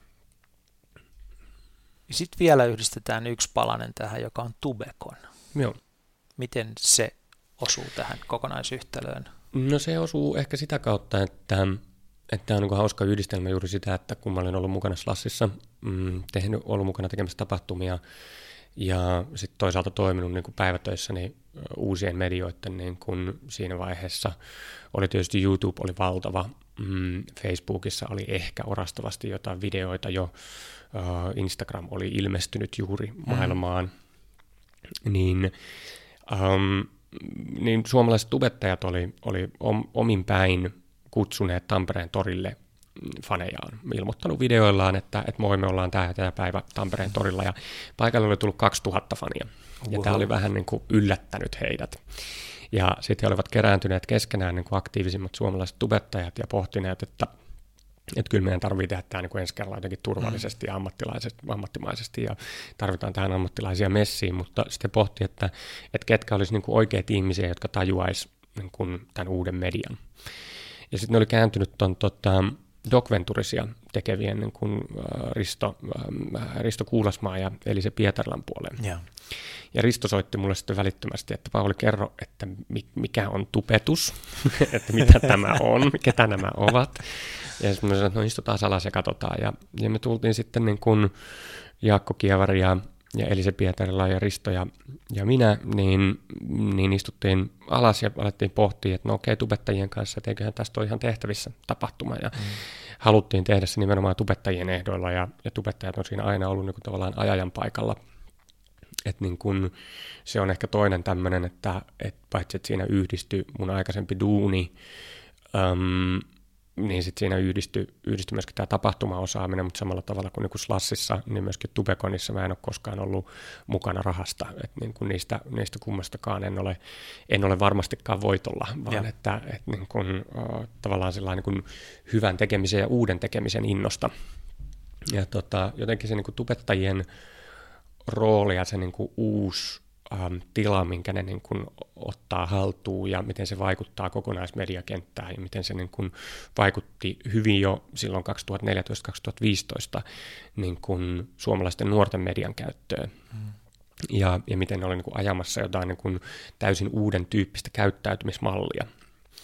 Sitten vielä yhdistetään yksi palanen tähän, joka on Tubecon. Joo. Miten se osuu tähän kokonaisyhtälöön? No se osuu ehkä sitä kautta, että tämä on niin kuin hauska yhdistelmä juuri sitä, että kun mä olin ollut mukana Slashissa, ollut mukana tekemässä tapahtumia ja sitten toisaalta toiminut niin kuin päivätöissäni uusien medioiden niin kuin siinä vaiheessa. Oli tietysti YouTube oli valtava, Facebookissa oli ehkä orastavasti jotain videoita jo, Instagram oli ilmestynyt juuri maailmaan, niin suomalaiset tubettajat oli omin päin kutsuneet Tampereen torille fanejaan, ilmoittanut videoillaan, että moi, me ollaan tämä päivä Tampereen torilla, ja paikalle oli tullut 2000 fania, ja tämä oli vähän niin kuin yllättänyt heidät. Ja sitten he olivat kerääntyneet keskenään niin kuin aktiivisimmat suomalaiset tubettajat ja pohtineet, että kyllä meidän tarvitsee tehdä tämä niin ensi kerralla jotenkin turvallisesti ja ammattimaisesti ja tarvitaan tähän ammattilaisia messiin, mutta sitten pohti, että ketkä olisi niin kuin oikeat ihmisiä, jotka tajuaisi niin kuin tämän uuden median. Ja sitten ne oli kääntynyt tuon Doc Venturesia tekevien niin kuin Risto Kuulasmaa ja Elise Pietarlan puoleen. Yeah. Ja Risto soitti mulle sitten välittömästi, että Pauli, kerro, että mikä on tubetus, että mitä tämä on, ketä nämä ovat. Ja sitten mä sanoin, että no istutaan alas ja katsotaan. Ja me tultiin sitten niin kuin Jaakko Kievari ja Elise Pietarila ja Risto ja minä, niin istuttiin alas ja alettiin pohtia, että no okei, tubettajien kanssa, että eiköhän tästä ole ihan tehtävissä tapahtuma. Ja haluttiin tehdä se nimenomaan tubettajien ehdoilla, ja tubettajat on siinä aina ollut niin kuin tavallaan ajajan paikalla. Että niin kun se on ehkä toinen tämmöinen, että paitsi että siinä yhdistyi mun aikaisempi duuni, niin sitten siinä yhdistyi myöskin tämä tapahtumaosaaminen, mutta samalla tavalla kuin Slashissa, niin myöskin Tubeconissa mä en ole koskaan ollut mukana rahasta. Että niin kun niistä kummastakaan en ole varmastikaan voitolla, vaan että niin kun, tavallaan sellainen niin kun hyvän tekemisen ja uuden tekemisen innosta. Ja jotenkin se niin kun tubettajien rooli ja se niin kuin uusi tila, minkä ne niin kuin ottaa haltuun ja miten se vaikuttaa kokonaismediakenttään ja miten se niin kuin vaikutti hyvin jo silloin 2014-2015 niin kuin suomalaisten nuorten median käyttöön. Ja miten ne oli niin kuin ajamassa jotain niin kuin täysin uuden tyyppistä käyttäytymismallia.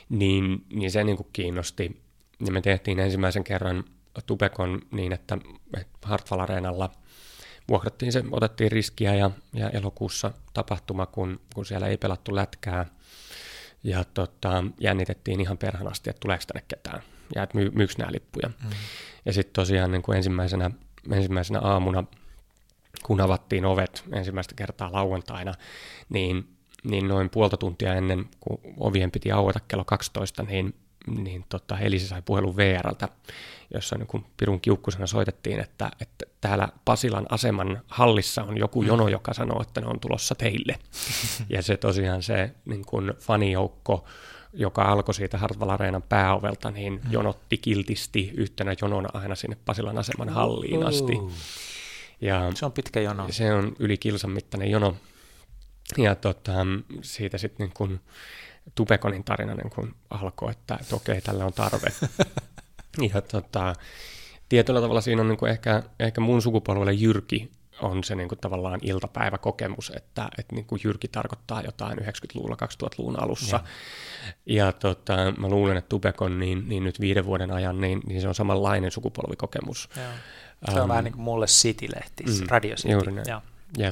niin se niin kuin kiinnosti. Ja me tehtiin ensimmäisen kerran Tubekon niin, että Hartwall Areenalla vuokrattiin se, otettiin riskiä ja elokuussa tapahtuma, kun siellä ei pelattu lätkää. Ja jännitettiin ihan perhanasti, että tuleeko tänne ketään ja että myykö nämä lippuja. Ja sitten tosiaan niin kuin ensimmäisenä aamuna, kun avattiin ovet ensimmäistä kertaa lauantaina, niin noin puolta tuntia ennen kuin ovien piti aueta kello 12, niin Elisa sai puhelun VR:ltä, jossa niin kuin pirun kiukkusena soitettiin, että täällä Pasilan aseman hallissa on joku jono, joka sanoo, että ne on tulossa teille. Ja se tosiaan se niin kuin fanijoukko, joka alkoi siitä Hartwall Areenan pääovelta, niin jonotti kiltisti yhtenä jonona aina sinne Pasilan aseman halliin asti. Ja se on pitkä jono. Se on yli kilsan mittainen jono. Ja siitä sitten niin kuin Tubekonin tarina niin kun alkoi, että okei, tällä on tarve. Ja tietyllä tavalla siinä on niin kuin ehkä mun sukupolvelle Jyrki on se niin kuin tavallaan iltapäiväkokemus, että niin kuin Jyrki tarkoittaa jotain 90-luvulla, 2000-luvun alussa. Ja mä luulen, että Tubekon niin nyt 5 vuoden ajan, niin se on samanlainen sukupolvikokemus. Se on vähän niin kuin mulle City-lehti, Radio City. Juuri näin. Ja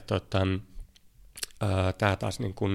tämä taas niin kuin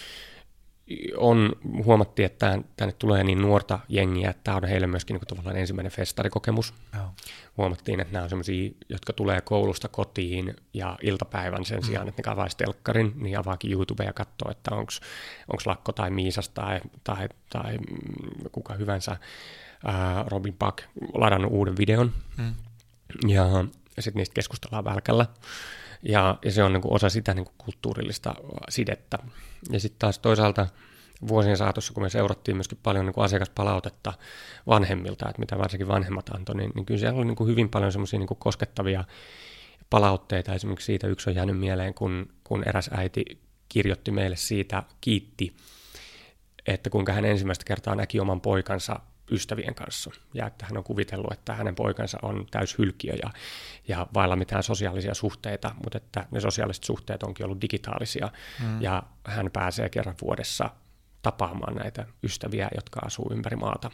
huomattiin, että tänne tulee niin nuorta jengiä, että tämä on heille myöskin niin kuin tavallaan ensimmäinen festarikokemus. Huomattiin, että nämä on sellaisia, jotka tulee koulusta kotiin ja iltapäivän sen sijaan, että ne avaisi telkkarin, niin avaakin YouTube ja katsoo, että onko Lakko tai Miisas tai kuka hyvänsä Robin Buck ladannut uuden videon. Ja sitten niistä keskustellaan välkällä. Ja se on niin kuin osa sitä niin kuin kulttuurillista sidettä. Ja sitten taas toisaalta vuosien saatossa, kun me seurattiin myöskin paljon niin kuin asiakaspalautetta vanhemmilta, että mitä varsinkin vanhemmat antoi, niin kyllä siellä oli niin kuin hyvin paljon semmoisia niin kuin koskettavia palautteita. Esimerkiksi siitä yksi on jäänyt mieleen, kun eräs äiti kirjoitti meille siitä, kiitti, että kuinka hän ensimmäistä kertaa näki oman poikansa ystävien kanssa, ja että hän on kuvitellut, että hänen poikansa on täyshylkiö ja vailla mitään sosiaalisia suhteita, mutta että ne sosiaaliset suhteet onkin ollut digitaalisia, ja hän pääsee kerran vuodessa tapaamaan näitä ystäviä, jotka asuu ympäri maata.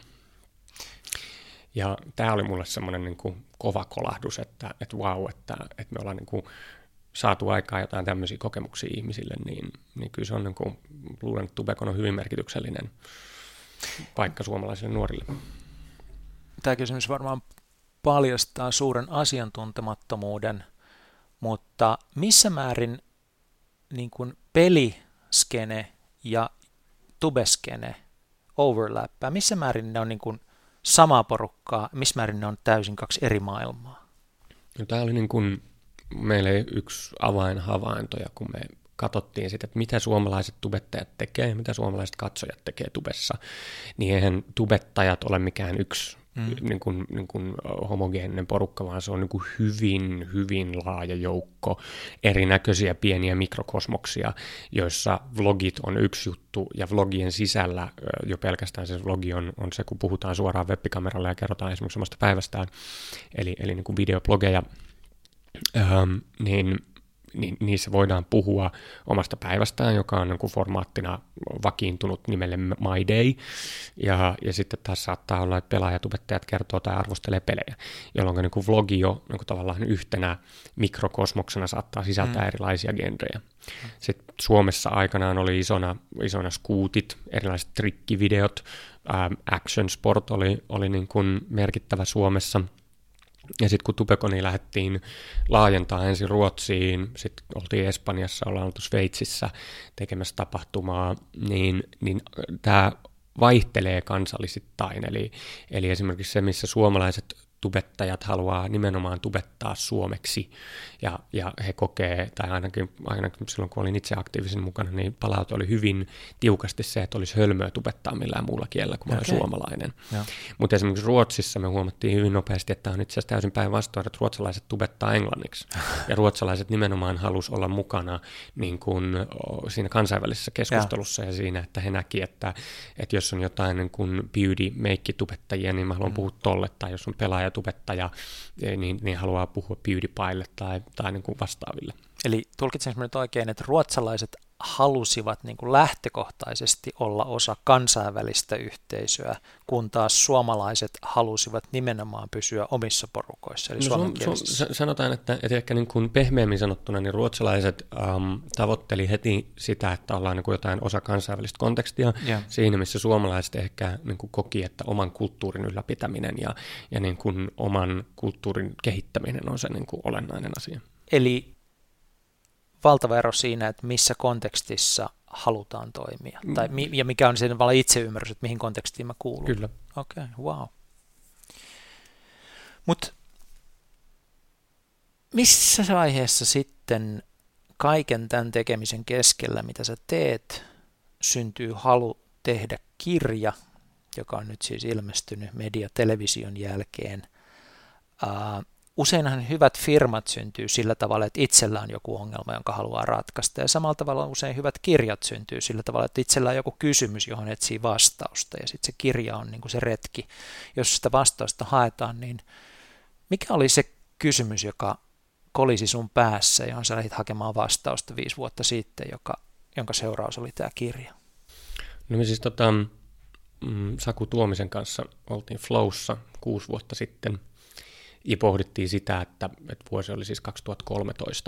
Ja tämä oli mulle semmoinen niin kuin kova kolahdus, että vau, että me ollaan niin kuin saatu aikaa jotain tämmöisiä kokemuksia ihmisille, niin kyllä se on, niin kuin, luulen, että Tubekon on hyvin merkityksellinen paikka suomalaisille nuorille. Tämä kysymys varmaan paljastaa suuren asiantuntemattomuuden, mutta missä määrin niin kuin peliskene ja tubeskene overlappaa? Missä määrin ne on niin kuin samaa porukkaa, missä määrin ne on täysin 2 eri maailmaa? No, tämä oli niin kuin meille yksi avainhavaintoja, kun me katsottiin sitä, että mitä suomalaiset tubettajat tekee ja mitä suomalaiset katsojat tekee tubessa, niin eihän tubettajat ole mikään yksi niin kuin homogeeninen porukka, vaan se on niin kuin hyvin, hyvin laaja joukko erinäköisiä pieniä mikrokosmoksia, joissa vlogit on yksi juttu, ja vlogien sisällä jo pelkästään se vlogi on se, kun puhutaan suoraan webbikameralle ja kerrotaan esimerkiksi omasta päivästään, eli niin kuin videoblogeja, niin niissä voidaan puhua omasta päivästään, joka on niin kuin formaattina vakiintunut nimelle My Day, ja sitten taas saattaa olla, että pelaajatubettajat kertoo tai arvostelee pelejä, jolloin niin kuin vlogi jo niin kuin tavallaan yhtenä mikrokosmoksena saattaa sisältää erilaisia genrejä. Sitten Suomessa aikanaan oli isona skuutit, erilaiset trikkivideot, action sport oli niin kuin merkittävä Suomessa. Ja sitten kun Tubekoni lähdettiin laajentaa ensin Ruotsiin, sitten oltiin Espanjassa, ollaan oltu Sveitsissä tekemässä tapahtumaa, niin tämä vaihtelee kansallisittain. Eli esimerkiksi se, missä suomalaiset tubettajat haluaa nimenomaan tubettaa suomeksi, ja he kokee, tai ainakin silloin kun olin itse aktiivisen mukana, niin palaute oli hyvin tiukasti se, että olisi hölmöä tubettaa millään muulla kielellä kuin olen suomalainen. Mutta esimerkiksi Ruotsissa me huomattiin hyvin nopeasti, että on itse asiassa täysin päinvastoin, että ruotsalaiset tubettaa englanniksi, ja ruotsalaiset nimenomaan halusi olla mukana niin kuin siinä kansainvälisessä keskustelussa ja siinä, että he näki, että jos on jotain niin kuin beauty-meikki-tubettajia, niin mä haluan puhua tolle, tai jos on pelaajatubettaja, niin haluaa puhua PewDiePielle tai niin kuin vastaaville. Eli tulkitsenko nyt oikein, että ruotsalaiset halusivat niin kuin lähtökohtaisesti olla osa kansainvälistä yhteisöä, kun taas suomalaiset halusivat nimenomaan pysyä omissa porukoissa, eli suomenkielisissä. Sanotaan, että ehkä niin kuin pehmeämmin sanottuna, niin ruotsalaiset tavoitteli heti sitä, että ollaan niin kuin jotain osa kansainvälistä kontekstia, siinä missä suomalaiset ehkä niin kuin koki, että oman kulttuurin ylläpitäminen ja niin kuin oman kulttuurin kehittäminen on se niin kuin olennainen asia. Eli valtava ero siinä, että missä kontekstissa halutaan toimia, ja mikä on se itseymmärrys, että mihin kontekstiin mä kuulun. Kyllä. Okei, wow. Mutta missä vaiheessa sitten kaiken tämän tekemisen keskellä, mitä sä teet, syntyy halu tehdä kirja, joka on nyt siis ilmestynyt television jälkeen? Useinhan hyvät firmat syntyy sillä tavalla, että itsellä on joku ongelma, jonka haluaa ratkaista, ja samalla tavalla usein hyvät kirjat syntyy sillä tavalla, että itsellä on joku kysymys, johon etsii vastausta, ja sitten se kirja on niin kuin se retki. Jos sitä vastausta haetaan, niin mikä oli se kysymys, joka kolisi sun päässä, johon sä lähdit hakemaan vastausta 5 vuotta sitten, jonka seuraus oli tämä kirja? No me siis Saku Tuomisen kanssa oltiin Flowssa 6 vuotta sitten, ja pohdittiin sitä, että vuosi oli siis 2013.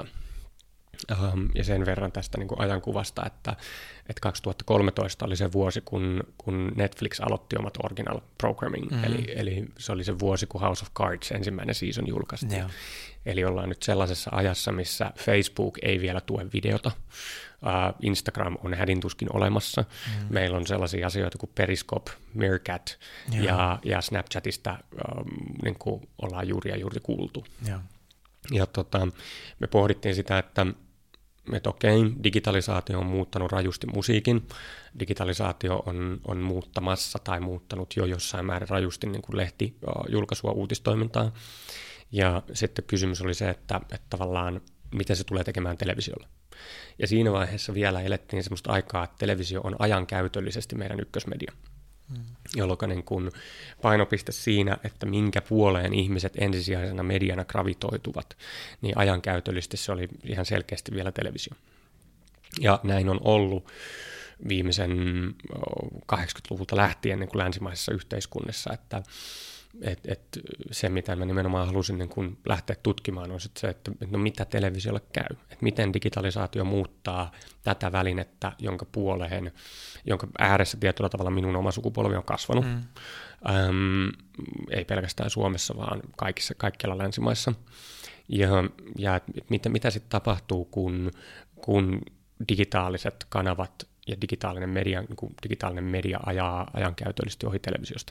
Ja sen verran tästä niin kuin ajankuvasta, että 2013 oli se vuosi, kun Netflix aloitti omat original programming. Eli se oli se vuosi, kun House of Cards ensimmäinen season julkaistiin. Yeah. Eli ollaan nyt sellaisessa ajassa, missä Facebook ei vielä tue videota. Instagram on hädintuskin olemassa. Meillä on sellaisia asioita kuin Periscope, Meerkat ja Snapchatista niin kuin ollaan juuri kuultu. Yeah. Ja me pohdittiin sitä, että okei, digitalisaatio on muuttanut rajusti musiikin. Digitalisaatio on muuttamassa tai muuttanut jo jossain määrin rajusti niin kuin julkaisua, uutistoimintaa. Ja sitten kysymys oli se, että tavallaan miten se tulee tekemään televisiolla. Ja siinä vaiheessa vielä elettiin sellaista aikaa, että televisio on ajankäytöllisesti meidän ykkösmedia. Jolloin niin kun painopiste siinä, että minkä puoleen ihmiset ensisijaisena mediana gravitoituvat, niin ajankäytöllisesti se oli ihan selkeästi vielä televisio. Ja näin on ollut viimeisen 80-luvulta lähtien niin kuin länsimaisessa yhteiskunnassa, että se, mitä mä nimenomaan halusin niin kun lähteä tutkimaan, on se, että no mitä televisiolle käy, että miten digitalisaatio muuttaa tätä välinettä, jonka ääressä tietyllä tavalla minun oma sukupolvi on kasvanut. Ei pelkästään Suomessa, vaan kaikkialla länsimaissa. Ja mitä sitten tapahtuu, kun digitaaliset kanavat ja digitaalinen media ajaa ajankäytöllisesti ohi televisiosta.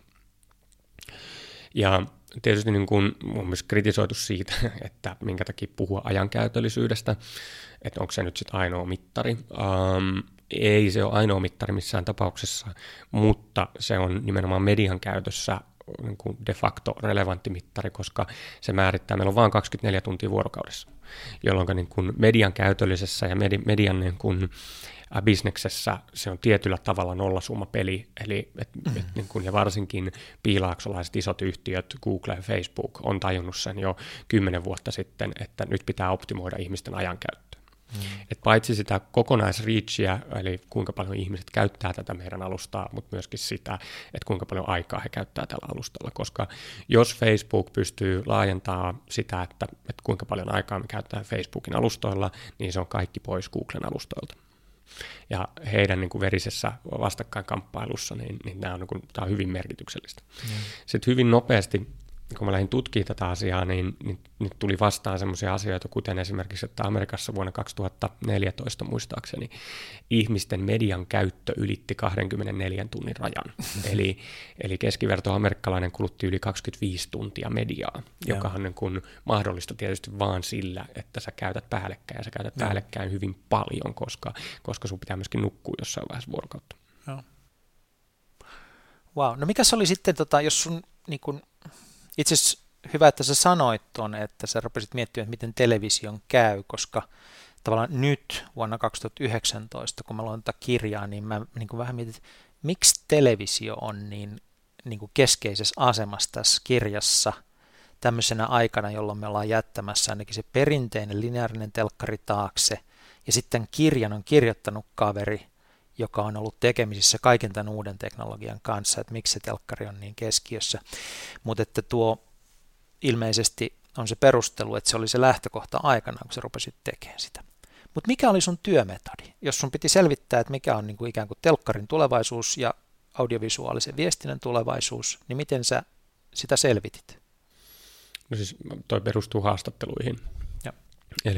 Ja tietysti niin kuin on myös kritisoitu siitä, että minkä takia puhua ajankäytöllisyydestä, että onko se nyt sitten ainoa mittari. Ei se ole ainoa mittari missään tapauksessa, mutta se on nimenomaan median käytössä niin kuin de facto relevantti mittari, koska se määrittää, meillä on vain 24 tuntia vuorokaudessa, jolloin niin kuin median käytöllisessä ja median niin kuin bisneksessä se on tietyllä tavalla nollasummapeli, eli niin kuin, ja varsinkin piilaaksolaiset isot yhtiöt, Google ja Facebook, on tajunnut sen jo 10 vuotta sitten, että nyt pitää optimoida ihmisten ajankäyttöä. Et paitsi sitä kokonaisreachia, eli kuinka paljon ihmiset käyttää tätä meidän alustaa, mutta myöskin sitä, että kuinka paljon aikaa he käyttää tällä alustalla, koska jos Facebook pystyy laajentamaan sitä, että kuinka paljon aikaa me käyttää Facebookin alustoilla, niin se on kaikki pois Googlen alustoilta. Ja heidän niin kuin verisessä vastakkainkamppailussa, niin tämä on hyvin merkityksellistä. Sitten hyvin nopeasti, kun mä lähdin tutkimaan tätä asiaa, niin tuli vastaan sellaisia asioita, kuten esimerkiksi, että Amerikassa vuonna 2014 muistaakseni ihmisten median käyttö ylitti 24 tunnin rajan. Eli keskiverto amerikkalainen kulutti yli 25 tuntia mediaa, joka on niin kuin mahdollista tietysti vaan sillä, että sä käytät päällekkäin, ja sä käytät päällekkäin hyvin paljon, koska sun pitää myöskin nukkua jossain vaiheessa vuorokautta. Wow. No mikä se oli sitten, jos sun niin kun itse asiassa hyvä, että sä sanoit tuonne, että sä rupesit miettimään, että miten television käy, koska tavallaan nyt vuonna 2019, kun mä luin tätä kirjaa, niin mä niin kuin vähän mietin, että miksi televisio on niin kuin keskeisessä asemassa tässä kirjassa tämmöisenä aikana, jolloin me ollaan jättämässä ainakin se perinteinen lineaarinen telkkari taakse, ja sitten kirjan on kirjoittanut kaveri, joka on ollut tekemisissä kaiken tämän uuden teknologian kanssa, että miksi se telkkari on niin keskiössä. Mutta että tuo ilmeisesti on se perustelu, että se oli se lähtökohta aikana, kun sä rupesit tekemään sitä. Mutta mikä oli sun työmetodi? Jos sun piti selvittää, että mikä on niin kuin ikään kuin telkkarin tulevaisuus ja audiovisuaalisen viestinnän tulevaisuus, niin miten sä sitä selvitit? No siis toi perustuu haastatteluihin. Ja. Eli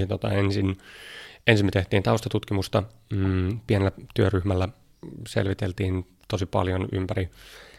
ensin me tehtiin taustatutkimusta, pienellä työryhmällä selviteltiin tosi paljon ympäri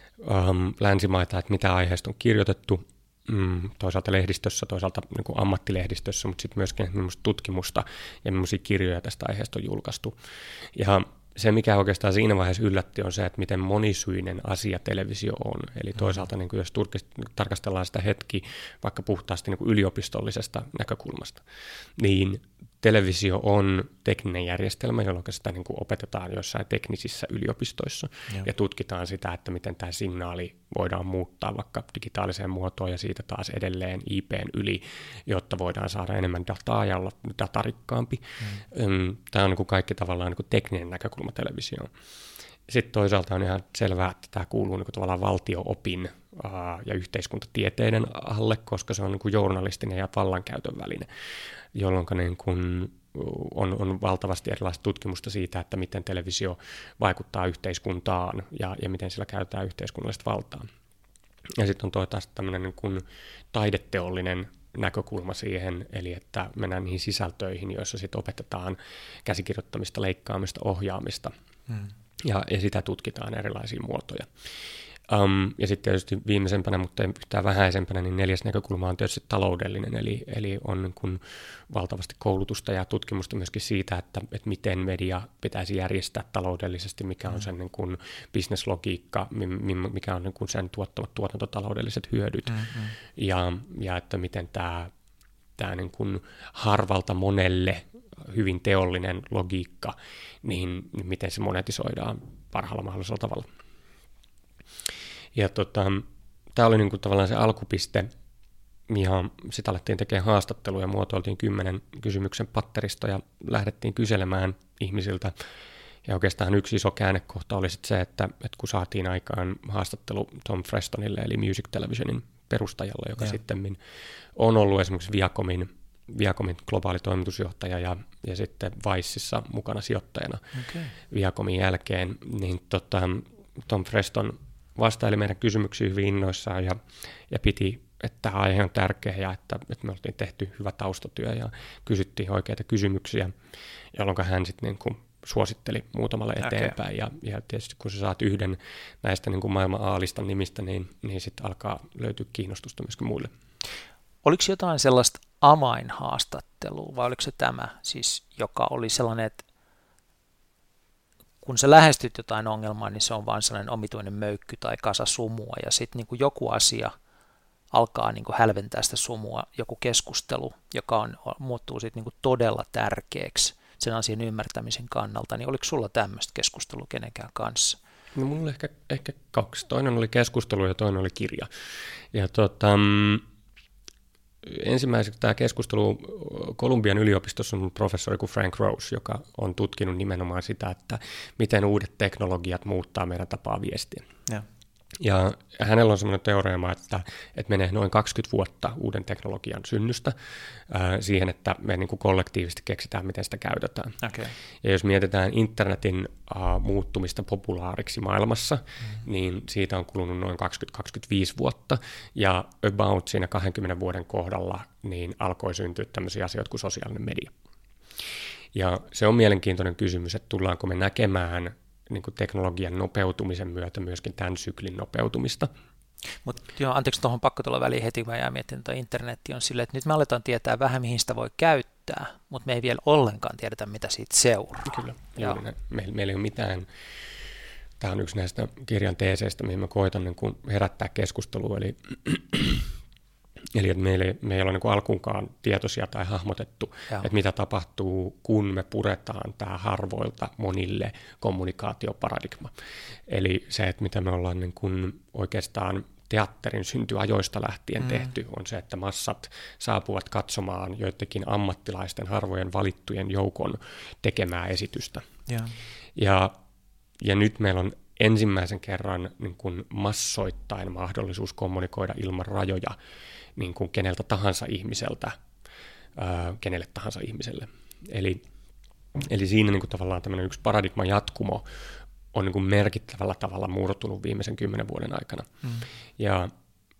länsimaita, että mitä aiheesta on kirjoitettu, toisaalta lehdistössä, toisaalta niin kuin ammattilehdistössä, mutta sitten myöskin tutkimusta ja millaisia kirjoja tästä aiheesta on julkaistu. Ja se, mikä oikeastaan siinä vaiheessa yllätti, on se, että miten monisyinen asia televisio on. Eli toisaalta, niin kuin jos tarkastellaan sitä hetki vaikka puhtaasti niin kuin yliopistollisesta näkökulmasta, niin televisio on tekninen järjestelmä, jolloin sitä niin kuin opetetaan jossain teknisissä yliopistoissa ja tutkitaan sitä, että miten tämä signaali voidaan muuttaa vaikka digitaaliseen muotoon ja siitä taas edelleen IPn yli, jotta voidaan saada enemmän dataa ja olla datarikkaampi. Tämä on niin kuin kaikki tavallaan niin kuin tekninen näkökulma televisioon. Sitten toisaalta on ihan selvää, että tämä kuuluu niin kuin tavallaan valtio-opin ja yhteiskuntatieteiden alle, koska se on niin kuin journalistinen ja vallankäytön väline, jolloin niin kuin on valtavasti erilaista tutkimusta siitä, että miten televisio vaikuttaa yhteiskuntaan ja miten sillä käytetään yhteiskunnallista valtaa. Ja sitten on toisaalta tämmöinen niin kuin taideteollinen näkökulma siihen, eli että mennään niihin sisältöihin, joissa sitten opetetaan käsikirjoittamista, leikkaamista, ohjaamista, ja sitä tutkitaan erilaisia muotoja. Ja sitten tietysti viimeisempänä, mutta ei yhtään vähäisempänä, niin neljäs näkökulma on tietysti taloudellinen, eli on niin kuin valtavasti koulutusta ja tutkimusta myöskin siitä, että miten media pitäisi järjestää taloudellisesti, mikä on sen niin kuin business-logiikka, mikä on niin kuin sen tuottamat tuotantotaloudelliset hyödyt, ja että miten tämä niin kuin harvalta monelle hyvin teollinen logiikka, niin miten se monetisoidaan parhaalla mahdollisella tavalla. Ja tämä oli niin kuin tavallaan se alkupiste, ja sitten alettiin tekemään haastatteluja, muotoiltiin 10 kysymyksen patteristo ja lähdettiin kyselemään ihmisiltä. Ja oikeastaan yksi iso käännekohta oli sitten se, että kun saatiin aikaan haastattelu Tom Frestonille, eli Music Televisionin perustajalle, joka sitten on ollut esimerkiksi Viacomin globaali toimitusjohtaja ja sitten Vicessa mukana sijoittajana Viacomin jälkeen, niin Tom Freston vastaili meidän kysymyksiin hyvin innoissaan ja piti, että tämä aihe on tärkeä ja että me oltiin tehty hyvä taustatyö ja kysyttiin oikeita kysymyksiä, jolloin hän sitten niin kuin suositteli muutamalle eteenpäin. Ja tietysti kun sä saat yhden näistä niin kuin maailman A-listan nimistä, niin sitten alkaa löytyä kiinnostusta myöskin muille. Oliko jotain sellaista avainhaastattelua vai oliko se tämä, siis, joka oli sellainen, että kun sä lähestyt jotain ongelmaa, niin se on vain sellainen omituinen möykky tai kasa sumua, ja sitten niin joku asia alkaa niin kuin hälventää sitä sumua, joku keskustelu, joka muuttuu sitten niin todella tärkeäksi sen asian ymmärtämisen kannalta, niin oliko sulla tämmöistä keskustelua kenenkään kanssa? No mulla oli ehkä kaksi. Toinen oli keskustelu ja toinen oli kirja. Ja ensimmäiseksi tämä keskustelu Columbian yliopistossa on professori kuin Frank Rose, joka on tutkinut nimenomaan sitä, että miten uudet teknologiat muuttaa meidän tapaa viestiä. Ja hänellä on semmoinen teoreema, että menee noin 20 vuotta uuden teknologian synnystä siihen, että me niin kuin kollektiivisesti keksitään, miten sitä käytetään. Ja jos mietitään internetin muuttumista populaariksi maailmassa, niin siitä on kulunut noin 20-25 vuotta, ja about siinä 20 vuoden kohdalla niin alkoi syntyä tämmöisiä asioita kuin sosiaalinen media. Ja se on mielenkiintoinen kysymys, että tullaanko me näkemään niin kuin teknologian nopeutumisen myötä myöskin tämän syklin nopeutumista. Mutta anteeksi, tuohon pakko tulla väliin heti, kun mä jää miettimään, että internetti on silleen, että nyt me aletaan tietää vähän, mihin sitä voi käyttää, mutta me ei vielä ollenkaan tiedetä, mitä siitä seuraa. Kyllä, meillä ei ole mitään. Tämä on yksi näistä kirjan teeseistä, mihin mä koitan niin kuin herättää keskustelua, eli että me ei ole niin kuin alkuunkaan tietoisia tai hahmotettu, että mitä tapahtuu, kun me puretaan tämä harvoilta monille kommunikaatioparadigma. Eli se, että mitä me ollaan niin kuin oikeastaan teatterin syntyajoista lähtien tehty, on se, että massat saapuvat katsomaan joidenkin ammattilaisten harvojen valittujen joukon tekemää esitystä. Ja nyt meillä on ensimmäisen kerran niin kuin massoittain mahdollisuus kommunikoida ilman rajoja niin kuin keneltä tahansa ihmiseltä, kenelle tahansa ihmiselle. Eli siinä niin kuin tavallaan tämmöinen yksi paradigman jatkumo on niin kuin merkittävällä tavalla murtunut viimeisen 10 vuoden aikana. Ja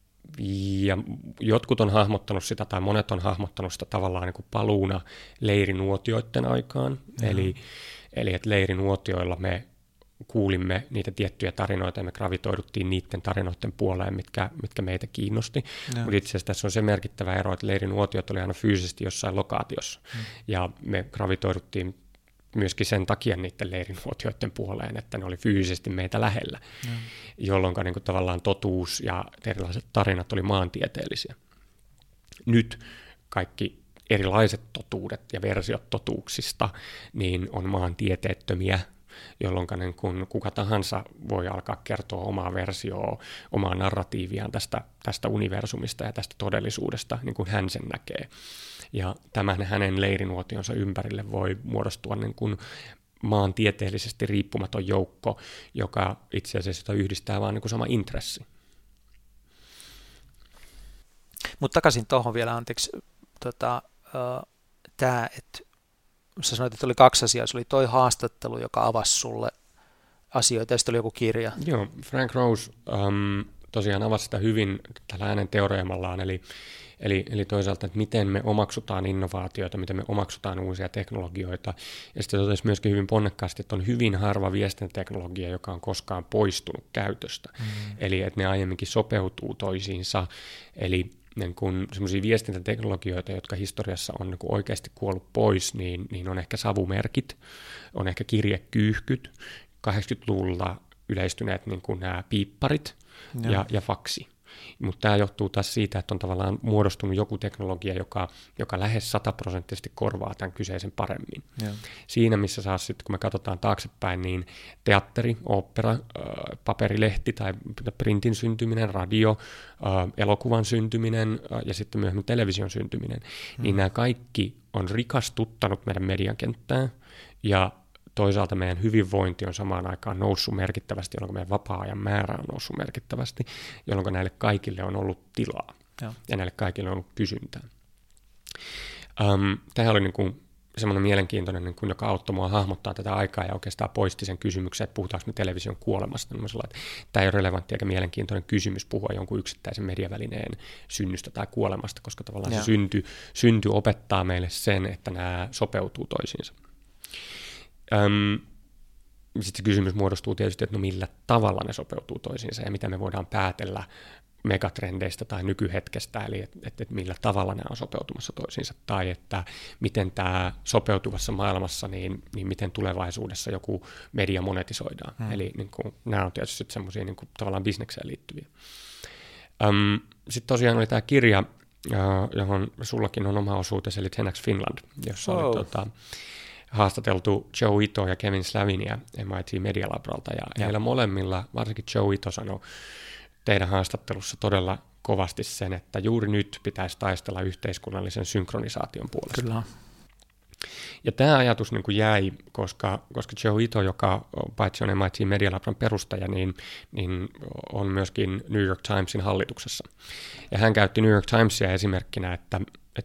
jotkut on hahmottanut sitä, tai monet on hahmottanut sitä tavallaan niin kuin paluuna leirinuotioiden aikaan. Eli että leirinuotioilla me kuulimme niitä tiettyjä tarinoita ja me gravitoiduttiin niiden tarinoiden puoleen, mitkä meitä kiinnosti. Mutta itse asiassa tässä on se merkittävä ero, että leirinuotiot oli aina fyysisesti jossain lokaatiossa. Ja me gravitoiduttiin myöskin sen takia niiden leirinuotioiden puoleen, että ne oli fyysisesti meitä lähellä, jolloin niin kuin tavallaan totuus ja erilaiset tarinat oli maantieteellisiä. Nyt kaikki erilaiset totuudet ja versiot totuuksista niin on maantieteettömiä, jolloin niin kun kuka tahansa voi alkaa kertoa omaa versioa, omaa narratiiviaan tästä universumista ja tästä todellisuudesta, niin kuin hän sen näkee. Ja tämän hänen leirinuotionsa ympärille voi muodostua niin kuin maantieteellisesti riippumaton joukko, joka itse asiassa yhdistää vain niin kuin sama intressi. Mutta takaisin tuohon vielä, anteeksi, tämä, että sä sanoit, että oli 2 asiaa. Se oli toi haastattelu, joka avasi sulle asioita, ja sitten oli joku kirja. Joo, Frank Rose tosiaan avasi sitä hyvin tällä hänen teoreemallaan, eli toisaalta, että miten me omaksutaan innovaatioita, miten me omaksutaan uusia teknologioita. Ja sitten totesi myöskin hyvin ponnekkaasti, että on hyvin harva viestintäteknologia, joka on koskaan poistunut käytöstä. Eli että ne aiemminkin sopeutuu toisiinsa. Eli niin kun semmoisia viestintäteknologioita, jotka historiassa on niin kun oikeasti kuollut pois, niin on ehkä savumerkit, on ehkä kirjekyyhkyt, 80-luvulla yleistyneet niin kun nämä piipparit ja faksi. Mutta tämä johtuu taas siitä, että on tavallaan muodostunut joku teknologia, joka lähes 100% korvaa tämän kyseisen paremmin. Siinä, missä saa sitten, kun me katsotaan taaksepäin, niin teatteri, opera, paperilehti tai printin syntyminen, radio, elokuvan syntyminen ja sitten myöhemmin television syntyminen, niin nämä kaikki on rikastuttanut meidän mediakenttää ja toisaalta meidän hyvinvointi on samaan aikaan noussut merkittävästi, jolloin meidän vapaa-ajan määrä on noussut merkittävästi, jolloin näille kaikille on ollut tilaa ja näille kaikille on ollut kysyntää. Tämä oli niin kuin semmoinen mielenkiintoinen, niin kuin, joka auttoi mua hahmottaa tätä aikaa ja oikeastaan poisti sen kysymyksen, että puhutaanko me television kuolemasta. Tämä ei ole relevantti eikä mielenkiintoinen kysymys puhua jonkun yksittäisen mediavälineen synnystä tai kuolemasta, koska tavallaan se synty opettaa meille sen, että nämä sopeutuu toisiinsa. Sitten se kysymys muodostuu tietysti, että no millä tavalla ne sopeutuu toisiinsa ja mitä me voidaan päätellä megatrendeistä tai nykyhetkestä, eli että millä tavalla nämä on sopeutumassa toisiinsa, tai että miten tämä sopeutuvassa maailmassa, niin miten tulevaisuudessa joku media monetisoidaan. Eli niin kuin, nämä on tietysti semmoisia niin kuin, tavallaan bisnekseen liittyviä. Sitten tosiaan oli tämä kirja, johon sullakin on oma osuutesi, eli 10X Finland, jossa oli haastateltu Joe Ito ja Kevin Slavinia MIT Media Labralta, ja heillä molemmilla, varsinkin Joe Ito sanoi teidän haastattelussa todella kovasti sen, että juuri nyt pitäisi taistella yhteiskunnallisen synkronisaation puolesta. Kyllä. Ja tämä ajatus niin kuin jäi, koska Joe Ito, joka paitsi on MIT Media Labran perustaja, niin on myöskin New York Timesin hallituksessa. Ja hän käytti New York Timesia esimerkkinä, että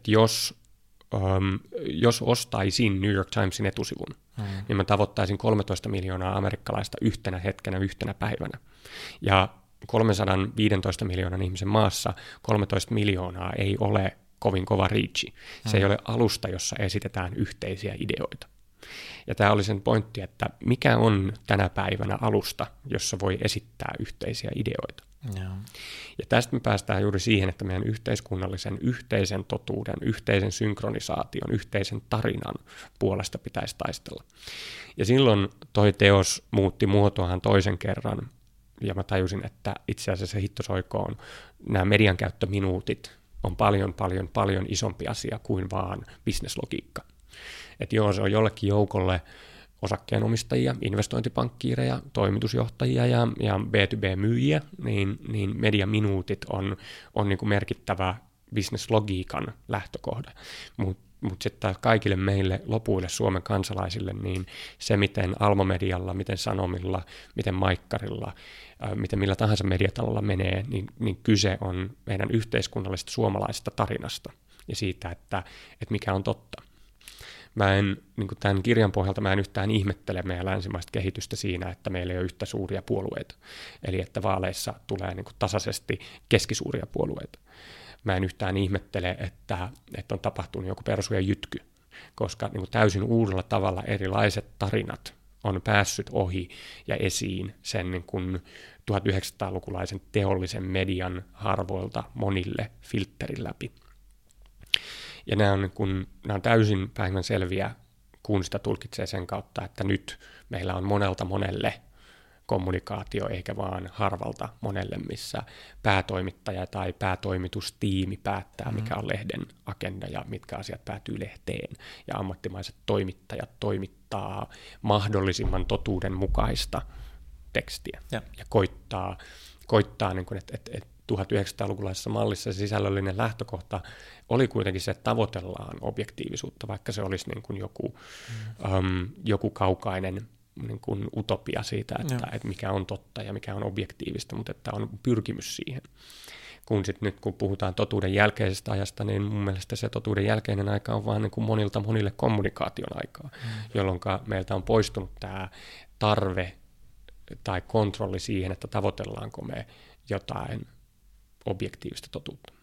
jos ostaisin New York Timesin etusivun, niin mä tavoittaisin 13 miljoonaa amerikkalaista yhtenä hetkenä, yhtenä päivänä. Ja 315 miljoonan ihmisen maassa 13 miljoonaa ei ole kovin kova reachi. Se ei ole alusta, jossa esitetään yhteisiä ideoita. Ja tämä oli sen pointti, että mikä on tänä päivänä alusta, jossa voi esittää yhteisiä ideoita. Ja tästä me päästään juuri siihen, että meidän yhteiskunnallisen yhteisen totuuden, yhteisen synkronisaation, yhteisen tarinan puolesta pitäisi taistella. Ja silloin toi teos muutti muotoaan toisen kerran, ja mä tajusin, että itse asiassa hittosoikoon nämä median käyttöminuutit on paljon isompi asia kuin vaan bisneslogiikka. Että joo, se on jollekin joukolle osakkeenomistajia, investointipankkiireja, toimitusjohtajia ja B2B-myyjiä, niin mediaminuutit on niin kuin merkittävä business-logiikan lähtökohta. Mutta sitten taas kaikille meille lopuille Suomen kansalaisille, niin se miten Alma-medialla, miten Sanomilla, miten Maikkarilla, miten millä tahansa mediatalolla menee, niin kyse on meidän yhteiskunnallisesta suomalaisesta tarinasta ja siitä, että mikä on totta. Mä en, niin kuin tämän kirjan pohjalta mä en yhtään ihmettele meidän länsimaista kehitystä siinä, että meillä ei ole yhtä suuria puolueita. Eli että vaaleissa tulee niin kuin tasaisesti keskisuuria puolueita. Mä en yhtään ihmettele, että on tapahtunut joku Persu ja Jytky, koska niin kuin täysin uudella tavalla erilaiset tarinat on päässyt ohi ja esiin sen niin kuin 1900-lukulaisen teollisen median harvoilta monille filtterin läpi. Ja nämä on täysin päivänselviä, kun sitä tulkitsee sen kautta, että nyt meillä on monelta monelle kommunikaatio, eikä vaan harvalta monelle, missä päätoimittaja tai päätoimitustiimi päättää, mikä on lehden agenda ja mitkä asiat päätyy lehteen. Ja ammattimaiset toimittajat toimittaa mahdollisimman totuuden mukaista tekstiä ja koittaa niin kuin, että 1900-lukulaisessa mallissa se sisällöllinen lähtökohta oli kuitenkin se, että tavoitellaan objektiivisuutta, vaikka se olisi niin kuin joku kaukainen niin kuin utopia siitä, että mikä on totta ja mikä on objektiivista, mutta että on pyrkimys siihen. Nyt kun puhutaan totuuden jälkeisestä ajasta, niin mun mielestä se totuuden jälkeinen aika on vaan niin kuin monille kommunikaation aikaa, jolloin meiltä on poistunut tämä tarve tai kontrolli siihen, että tavoitellaanko me jotain objektiivista totuutta.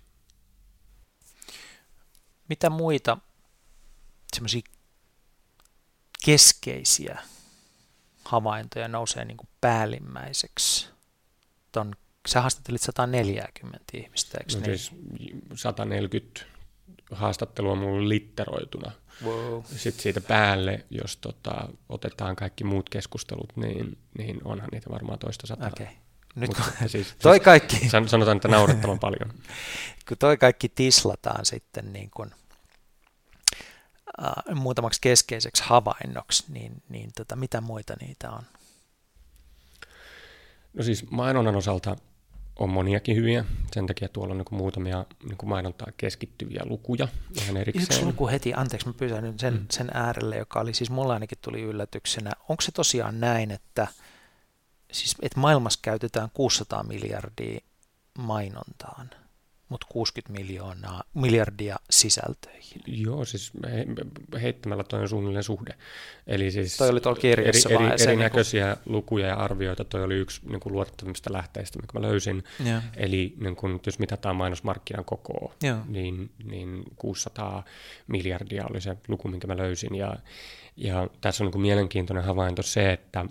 Mitä muita semmoisia keskeisiä havaintoja nousee niin kuin päällimmäiseksi? Sä haastattelit 140 ihmistä, eikö niin? Siis 140 haastattelua mulla litteroituna. Wow. Sitten siitä päälle, jos otetaan kaikki muut keskustelut, niin onhan niitä varmaan toista sataa. Okay. Nyt siis kaikki sanotaan, että naurettavan paljon. Kun toi kaikki tislataan sitten niin kuin, muutamaksi keskeiseksi havainnoksi, niin mitä muita niitä on? No siis mainonnan osalta on moniakin hyviä. Sen takia tuolla on niin kuin muutamia niin kuin mainontaa keskittyviä lukuja ihan erikseen. Yksi luku heti, anteeksi mä pysyn nyt sen äärelle, joka oli siis mulla ainakin tuli yllätyksenä. Onko se tosiaan näin, että maailmassa käytetään 600 miljardia mainontaan, mutta 60 miljardia sisältöihin? Joo, siis heittämällä toi on suunnilleen suhde. Eli siis toi oli tuolla kirjassa erinäköisiä lukuja ja arvioita. Toi oli yksi niin kuin luotettavimmista lähteistä, mikä mä löysin. Ja. Eli niin kun, jos mitataan mainosmarkkinan kokoa, niin 600 miljardia oli se luku, minkä mä löysin. Ja tässä on niin kuin mielenkiintoinen havainto se, että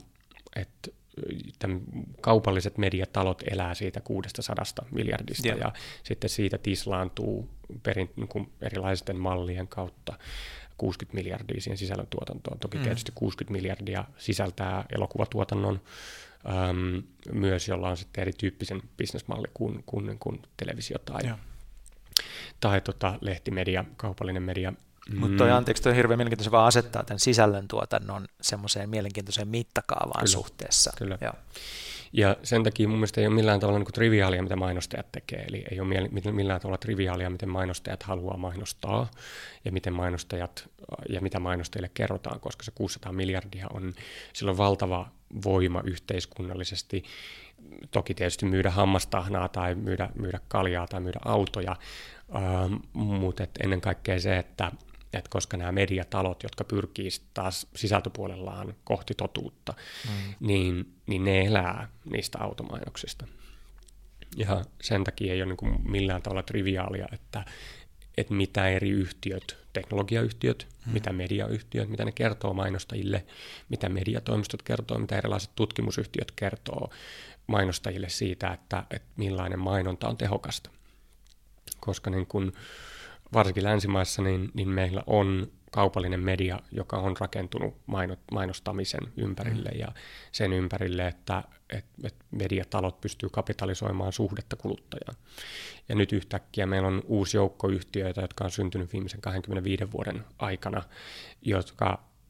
kaupalliset mediatalot elää siitä 600 miljardista ja sitten siitä tislaantuu niin erilaisten mallien kautta 60 miljardia siihen sisällöntuotantoon. Toki tietysti 60 miljardia sisältää elokuvatuotannon myös, jolla on sitten erityyppisen bisnesmalli kuin televisio tai lehtimedia, kaupallinen media. Mutta toi on hirveän mielenkiintoista, vaan asettaa tämän sisällöntuotannon semmoiseen mielenkiintoiseen mittakaavaan suhteessa. Kyllä. Ja sen takia mun mielestä ei ole millään tavalla niin kuin triviaalia, mitä mainostajat tekee. Eli ei ole millään tavalla triviaalia, miten mainostajat haluaa mainostaa ja miten mainostajat ja mitä mainostajille kerrotaan, koska se 600 miljardia on silloin valtava voima yhteiskunnallisesti. Toki tietysti myydä hammastahnaa tai myydä kaljaa tai myydä autoja, mutta ennen kaikkea se, että koska nämä mediatalot, jotka pyrkii taas sisältöpuolellaan kohti totuutta, niin ne elää niistä automainoksista. Ja sen takia ei ole niin kuin millään tavalla triviaalia, että mitä eri yhtiöt, teknologiayhtiöt, mitä mediayhtiöt, mitä ne kertoo mainostajille, mitä mediatoimistot kertoo, mitä erilaiset tutkimusyhtiöt kertoo mainostajille siitä, että millainen mainonta on tehokasta. Koska niin kun varsinkin länsimaissa niin meillä on kaupallinen media, joka on rakentunut mainostamisen ympärille ja sen ympärille, että mediatalot pystyy kapitalisoimaan suhdetta kuluttajaan. Ja nyt yhtäkkiä meillä on uusi joukko yhtiöitä, jotka on syntynyt viimeisen 25 vuoden aikana, jotka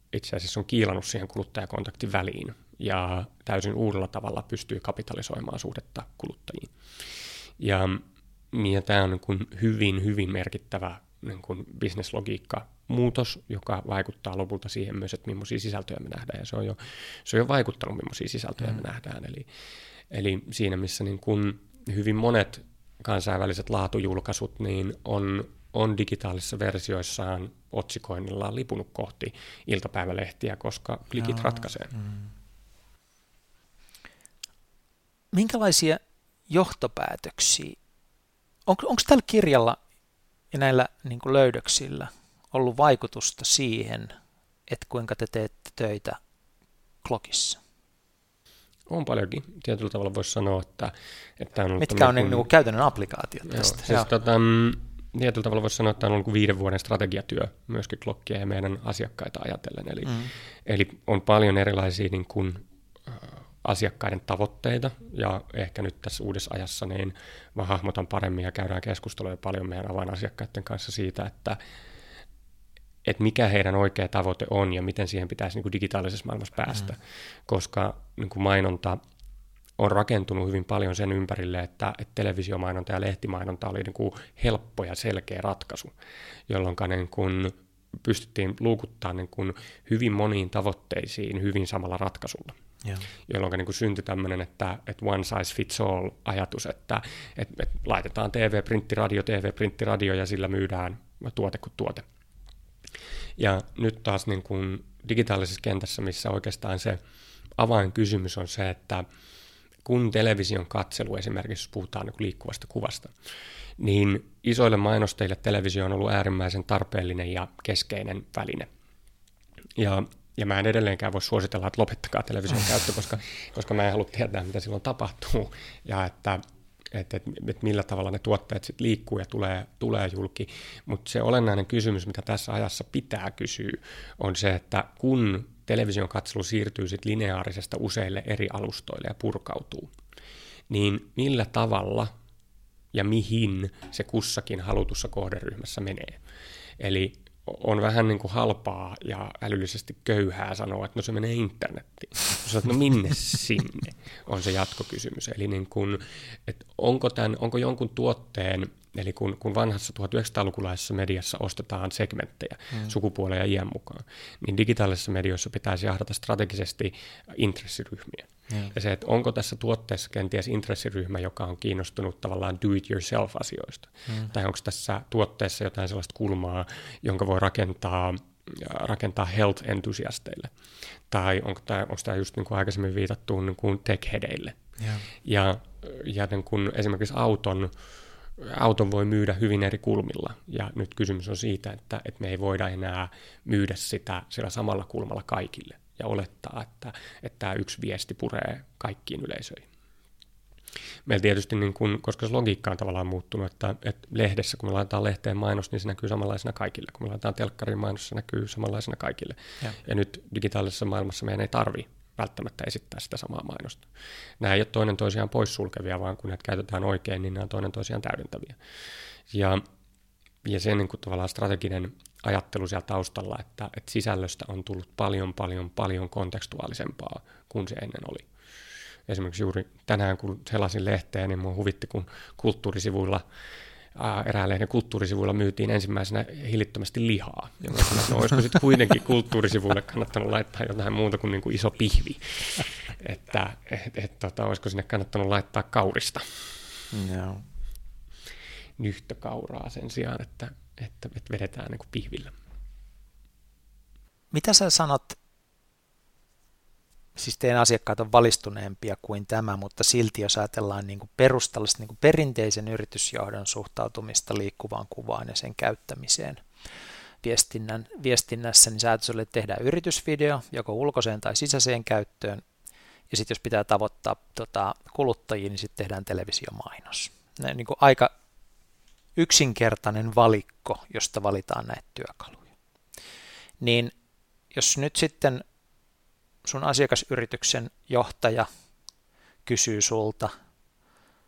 itse asiassa on kiilannut siihen kuluttajakontaktin väliin ja täysin uudella tavalla pystyy kapitalisoimaan suhdetta kuluttajiin. Ja tämä on niin kuin hyvin, hyvin merkittävä niin kuin bisneslogiikka muutos, joka vaikuttaa lopulta siihen myös, että millaisia sisältöjä me nähdään, ja se on jo vaikuttanut, millaisia sisältöjä me nähdään. Eli siinä, missä niin kuin hyvin monet kansainväliset laatujulkaisut niin on digitaalisissa versioissaan otsikoinnillaan lipunut kohti iltapäivälehtiä, koska klikit ratkaisee. Minkälaisia johtopäätöksiä? Onko tällä kirjalla ja näillä niin kuin löydöksillä ollut vaikutusta siihen, että kuinka te teette töitä Clockissa? On paljonkin. Tietyllä tavalla voisi sanoa, että on ollut... Mitkä on niin käytännön applikaatiot tästä? Siis tietyllä tavalla voisi sanoa, että on ollut 5 vuoden strategiatyö myöskin Clockia ja meidän asiakkaita ajatellen. Eli on paljon erilaisia niin kuin, asiakkaiden tavoitteita, ja ehkä nyt tässä uudessa ajassa niin mä hahmotan paremmin ja käydään keskustelua paljon meidän avainasiakkaiden kanssa siitä, että mikä heidän oikea tavoite on ja miten siihen pitäisi niin kuin digitaalisessa maailmassa päästä, koska niin kuin mainonta on rakentunut hyvin paljon sen ympärille, että televisiomainonta ja lehtimainonta oli niin kuin helppo ja selkeä ratkaisu, jolloin niin kuin pystyttiin luukuttamaan niin kuin hyvin moniin tavoitteisiin hyvin samalla ratkaisulla. Jolloin niin kuin syntyi tämmöinen, että one size fits all ajatus, että laitetaan TV-printtiradio ja sillä myydään tuote kuin tuote. Ja nyt taas niin kuin digitaalisessa kentässä, missä oikeastaan se avainkysymys on se, että kun television katselu esimerkiksi, jos puhutaan niin kuin liikkuvasta kuvasta, niin isoille mainostajille televisio on ollut äärimmäisen tarpeellinen ja keskeinen väline. Ja mä en edelleenkään voi suositella, että lopettakaa television käyttö, koska mä en halua tietää, mitä silloin tapahtuu, ja että millä tavalla ne tuotteet sitten liikkuu ja tulee julki. Mutta se olennainen kysymys, mitä tässä ajassa pitää kysyä, on se, että kun television katselu siirtyy sitten lineaarisesta useille eri alustoille ja purkautuu, niin millä tavalla ja mihin se kussakin halutussa kohderyhmässä menee. Eli on vähän niin kuin halpaa ja älyllisesti köyhää sanoa, että no se menee internettiin. No minne sinne on se jatkokysymys. Eli niin kuin, että onko jonkun tuotteen, eli kun vanhassa 1900-lukulaisessa mediassa ostetaan segmenttejä sukupuolen ja iän mukaan, niin digitaalisessa medioissa pitäisi jahdata strategisesti intressiryhmiä. Ja se, että onko tässä tuotteessa kenties intressiryhmä, joka on kiinnostunut tavallaan do-it-yourself-asioista. Tai onko tässä tuotteessa jotain sellaista kulmaa, jonka voi rakentaa health-entusiasteille. Tai onko tämä just niin kuin aikaisemmin viitattuun niin kuin tech-hedeille. Ja niin kuin esimerkiksi auton voi myydä hyvin eri kulmilla. Ja nyt kysymys on siitä, että me ei voida enää myydä sitä sillä samalla kulmalla kaikille ja olettaa, että tämä yksi viesti puree kaikkiin yleisöihin. Meillä tietysti, niin kun, koska se logiikka on tavallaan muuttunut, että lehdessä, kun me laitetaan lehteen mainos, niin se näkyy samanlaisena kaikille. Kun me laitetaan telkkariin mainos, se näkyy samanlaisena kaikille. Ja nyt digitaalisessa maailmassa meidän ei tarvitse välttämättä esittää sitä samaa mainosta. Nämä ei ole toinen toisiaan poissulkevia, vaan kun näitä käytetään oikein, niin nämä on toinen toisiaan täydentäviä. Ja se niin kuin tavallaan strateginen ajattelu siellä taustalla, että sisällöstä on tullut paljon kontekstuaalisempaa kuin se ennen oli. Esimerkiksi juuri tänään, kun selasin lehteen, niin minua huvitti, kun erään lehden kulttuurisivuilla myytiin ensimmäisenä hillittömästi lihaa. Ja no, olisiko sitten kuitenkin kulttuurisivuille kannattanut laittaa jotain muuta kuin, niin kuin iso pihvi, että olisiko sinne kannattanut laittaa kaurista. Nyhtökauraa sen sijaan, että vedetään niin kuin pihvillä. Mitä sä sanot, siis teidän asiakkaat on valistuneempia kuin tämä, mutta silti jos ajatellaan niin kuin perustallista niin kuin perinteisen yritysjohdon suhtautumista liikkuvaan kuvaan ja sen käyttämiseen viestinnässä, niin säätös oli, että tehdään yritysvideo joko ulkoiseen tai sisäiseen käyttöön, ja sitten jos pitää tavoittaa kuluttajia, niin sitten tehdään televisiomainos. Niin kuin aika yksinkertainen valikko, josta valitaan näitä työkaluja. Niin jos nyt sitten sun asiakasyrityksen johtaja kysyy sulta,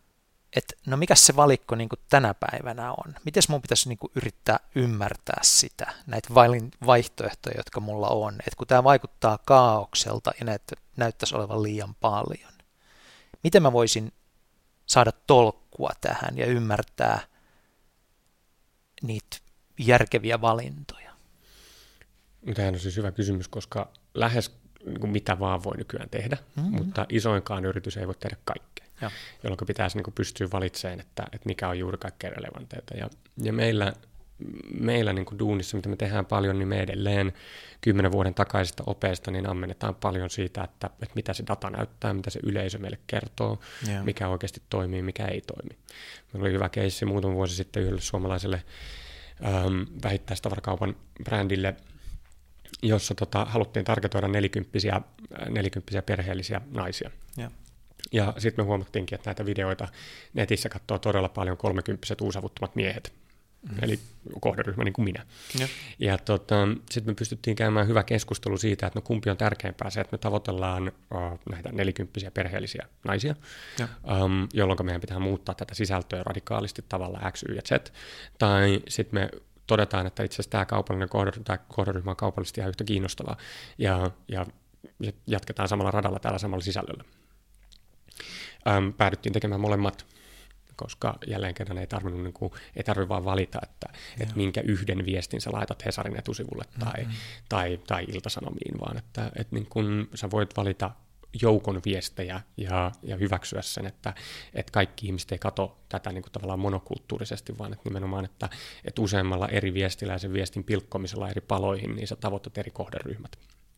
että no mikä se valikko niin kuin tänä päivänä on? Miten mun pitäisi niin kuin yrittää ymmärtää sitä, näitä vaihtoehtoja, jotka mulla on? Että kun tämä vaikuttaa kaaokselta ja näyttäisi olevan liian paljon. Miten mä voisin saada tolkkua tähän ja ymmärtää niitä järkeviä valintoja? Tämähän on siis hyvä kysymys, koska lähes niin kuin mitä vaan voi nykyään tehdä, mutta isoinkaan yritys ei voi tehdä kaikkea, jolloin pitäisi niin kuin pystyä valitsemaan, että mikä on juuri kaikkein relevanteita. Ja meillä niin kuin duunissa, mitä me tehdään paljon, niin me edelleen 10 vuoden takaisesta opeista niin ammennetaan paljon siitä, että mitä se data näyttää, mitä se yleisö meille kertoo, mikä oikeasti toimii, mikä ei toimi. Meillä oli hyvä keissi muutama vuosi sitten yhdelle suomalaiselle vähittäistavarakaupan brändille, jossa haluttiin targetoida 40 perheellisiä naisia. Ja sitten me huomattiinkin, että näitä videoita netissä katsoo todella paljon 30 uusavuttomat miehet, eli kohderyhmä niin kuin minä. Ja sitten me pystyttiin käymään hyvä keskustelu siitä, että no kumpi on tärkeämpää, se, että me tavoitellaan näitä 40 perheellisiä naisia, jolloin meidän pitää muuttaa tätä sisältöä radikaalisti tavalla X, Y ja Z, tai sitten me todetaan, että itse asiassa tämä kaupallinen kohderyhmä on kaupallisesti ihan yhtä kiinnostavaa, ja jatketaan samalla radalla täällä samalla sisällöllä. Päädyttiin tekemään molemmat, koska jälleen kerran ei tarvitse vaan valita, että minkä yhden viestin sä laitat Hesarin etusivulle tai Ilta-Sanomiin, vaan että niin kun sä voit valita joukon viestejä ja hyväksyä sen, että kaikki ihmiset ei katso tätä niin kuin tavallaan monokulttuurisesti, vaan että nimenomaan, että useammalla eri viestillä ja sen viestin pilkkomisella eri paloihin, niin sä tavoitat eri kohderyhmät.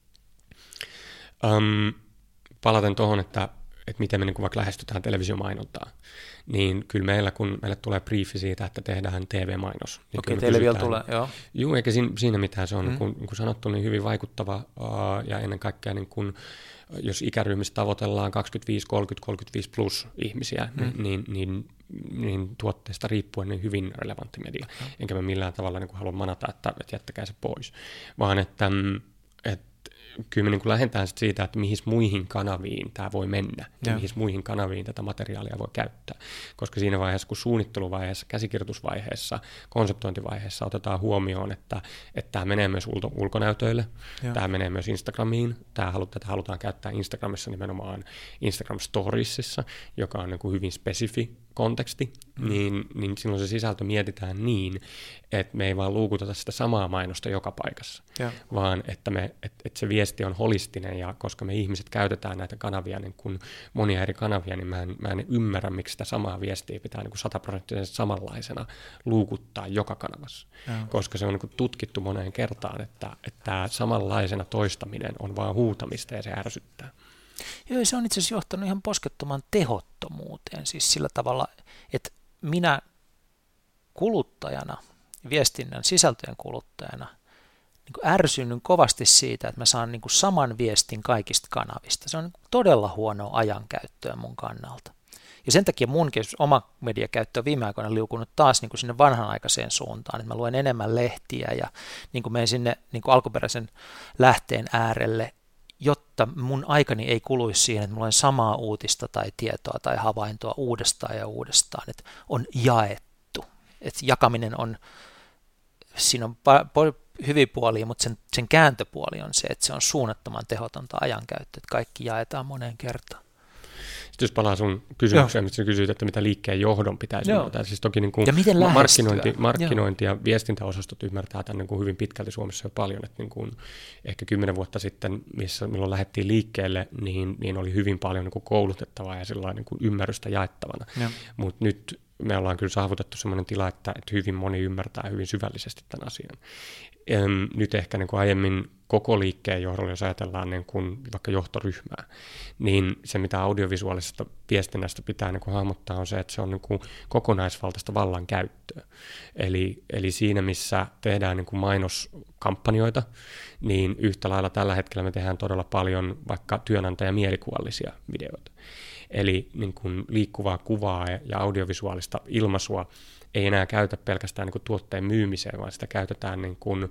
Palaten tuohon, että miten me niin kuin vaikka lähestytään televisiomainontaa, niin kyllä meillä, kun meille tulee briefi siitä, että tehdään TV-mainos. Niin okei, teille vielä tulee, joo. Joo, eikä siinä mitään, se on niin kuin sanottu, niin hyvin vaikuttava ja ennen kaikkea niin kuin, jos ikäryhmistä tavoitellaan 25, 30, 35 plus ihmisiä, niin tuotteesta riippuen niin hyvin relevantti media. Enkä mä millään tavalla niin kuin halua manata, että jättäkää se pois, vaan että kyllä me niin kuin lähdetään siitä, että mihin muihin kanaviin tämä voi mennä ja mihin muihin kanaviin tätä materiaalia voi käyttää. Koska siinä vaiheessa, kun suunnitteluvaiheessa, käsikirjoitusvaiheessa, konseptointivaiheessa otetaan huomioon, että tämä menee myös ulkonäytöille, tämä menee myös Instagramiin, tätä halutaan käyttää Instagramissa nimenomaan Instagram Storiesissa, joka on niin kuin hyvin spesifi konteksti, niin silloin se sisältö mietitään niin, että me ei vaan luukuteta sitä samaa mainosta joka paikassa, vaan että se viesti on holistinen, ja koska me ihmiset käytetään näitä kanavia, niin kuin monia eri kanavia, niin mä en ymmärrä, miksi sitä samaa viestiä pitää niin kuin 100% samanlaisena luukuttaa joka kanavassa, koska se on niin kuin tutkittu moneen kertaan, että samanlaisena toistaminen on vaan huutamista ja se ärsyttää. Joo, se on itse asiassa johtanut ihan poskettoman tehottomuuteen, siis sillä tavalla, että minä kuluttajana, viestinnän sisältöjen kuluttajana, niin ärsynyn kovasti siitä, että mä saan niin kuin saman viestin kaikista kanavista. Se on todella huonoa ajankäyttöä mun kannalta. Ja sen takia munkin oma mediakäyttö on viime aikoina liukunut taas niin kuin sinne vanhanaikaiseen suuntaan, että mä luen enemmän lehtiä ja niin kuin menen sinne niin kuin alkuperäisen lähteen äärelle, jotta mun aikani ei kuluisi siihen, että mulla on samaa uutista tai tietoa tai havaintoa uudestaan ja uudestaan, että on jaettu. Että jakaminen on, siinä on hyviä puolia, mutta sen kääntöpuoli on se, että se on suunnattoman tehotonta ajankäyttöä, että kaikki jaetaan moneen kertaan. Sitten jos palaa sun kysymykseen, mistä kysyit, että mitä liikkeen johdon pitäisi ymmärtää. Siis toki niin kuin markkinointi ja viestintäosastot ymmärtää tämän niin kuin hyvin pitkälti Suomessa jo paljon. Että niin kuin ehkä 10 vuotta sitten, milloin lähdettiin liikkeelle, niin oli hyvin paljon niin kuin koulutettavaa ja sellainen niin kuin ymmärrystä jaettavana. Mutta nyt me ollaan kyllä saavutettu sellainen tila, että hyvin moni ymmärtää hyvin syvällisesti tämän asian. Nyt ehkä niin kuin aiemmin koko liikkeen johdolla, jos ajatellaan niin kuin vaikka johtoryhmää, niin se, mitä audiovisuaalisesta viestinnästä pitää niin kuin hahmottaa, on se, että se on niin kuin kokonaisvaltaista vallankäyttöä. Eli siinä, missä tehdään niin kuin mainoskampanjoita, niin yhtä lailla tällä hetkellä me tehdään todella paljon vaikka työnantajamielikuvallisia videoita. Eli niin kuin liikkuvaa kuvaa ja audiovisuaalista ilmaisua ei enää käytä pelkästään niin kuin tuotteen myymiseen, vaan sitä käytetään niin kuin,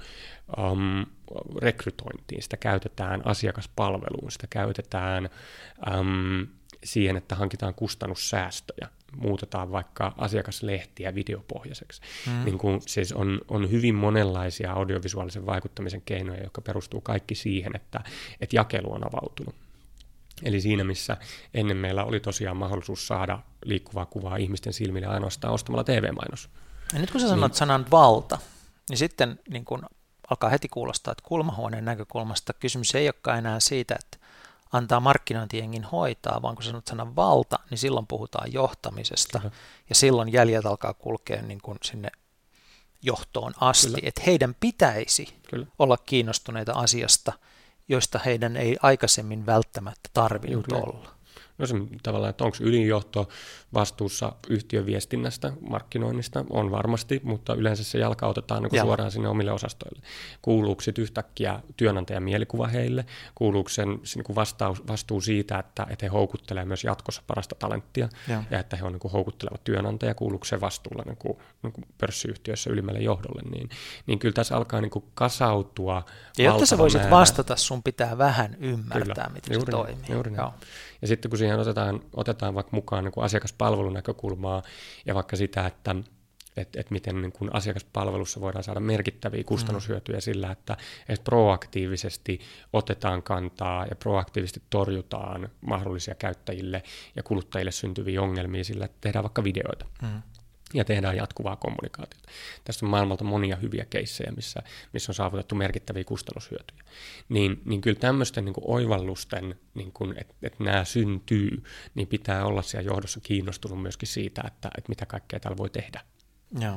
rekrytointiin, sitä käytetään asiakaspalveluun, sitä käytetään siihen, että hankitaan kustannussäästöjä. muutetaan vaikka asiakaslehtiä videopohjaiseksi. Niin kuin, siis on hyvin monenlaisia audiovisuaalisen vaikuttamisen keinoja, jotka perustuu kaikki siihen, että jakelu on avautunut. Eli siinä, missä ennen meillä oli tosiaan mahdollisuus saada liikkuvaa kuvaa ihmisten silmille ainoastaan ostamalla TV-mainos. Ja nyt kun sä sanot sanan valta, niin sitten niin kun alkaa heti kuulostaa, että kulmahuoneen näkökulmasta kysymys ei olekaan enää siitä, että antaa markkinointiengin hoitaa, vaan kun sanot sanan valta, niin silloin puhutaan johtamisesta. Kyllä. Ja silloin jäljet alkaa kulkea niin kuin sinne johtoon asti, Kyllä. että heidän pitäisi Kyllä. olla kiinnostuneita asiasta, joista heidän ei aikaisemmin välttämättä tarvinnut olla. No se tavallaan, että onko ylinjohto vastuussa yhtiön viestinnästä, markkinoinnista, on varmasti, mutta yleensä se jalka otetaan niin suoraan sinne omille osastoille. Kuuluuko sitten yhtäkkiä työnantajan mielikuva heille? Kuuluuko sen niin vastuu siitä, että he houkuttelevat myös jatkossa parasta talenttia ja että he on niin houkutteleva työnantaja? Kuuluuko se vastuulla niin kuin pörssiyhtiössä ylimmälle johdolle? Niin kyllä tässä alkaa niin kuin kasautua. Ja jotta sä voisit vastata, sun pitää vähän ymmärtää, miten se toimii. Ja sitten kun siihen otetaan vaikka mukaan niin kuin asiakaspalvelun näkökulmaa ja vaikka sitä, että miten niin kuin asiakaspalvelussa voidaan saada merkittäviä kustannushyötyjä sillä, että proaktiivisesti otetaan kantaa ja proaktiivisesti torjutaan mahdollisia käyttäjille ja kuluttajille syntyviä ongelmia sillä, että tehdään vaikka videoita. Ja tehdään jatkuvaa kommunikaatiota. Tässä on maailmalta monia hyviä keissejä, missä on saavutettu merkittäviä kustannushyötyjä. Niin kyllä tämmöisten niin kuin oivallusten, niin että nämä syntyy, niin pitää olla siellä johdossa kiinnostunut myöskin siitä, että mitä kaikkea täällä voi tehdä. Joo.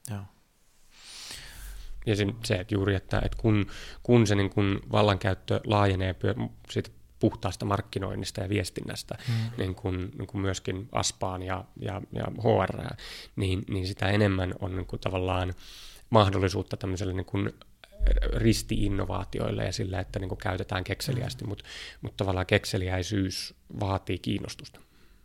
Ja se, että juuri, että kun se niin kuin vallankäyttö laajenee siitä puhtaasta markkinoinnista ja viestinnästä, niin kuin myöskin ASPAan ja HR, niin sitä enemmän on niin kuin tavallaan mahdollisuutta tämmöiselle niin kuin risti-innovaatioille ja sillä, että niin kuin käytetään kekseliästi, mutta tavallaan kekseliäisyys vaatii kiinnostusta.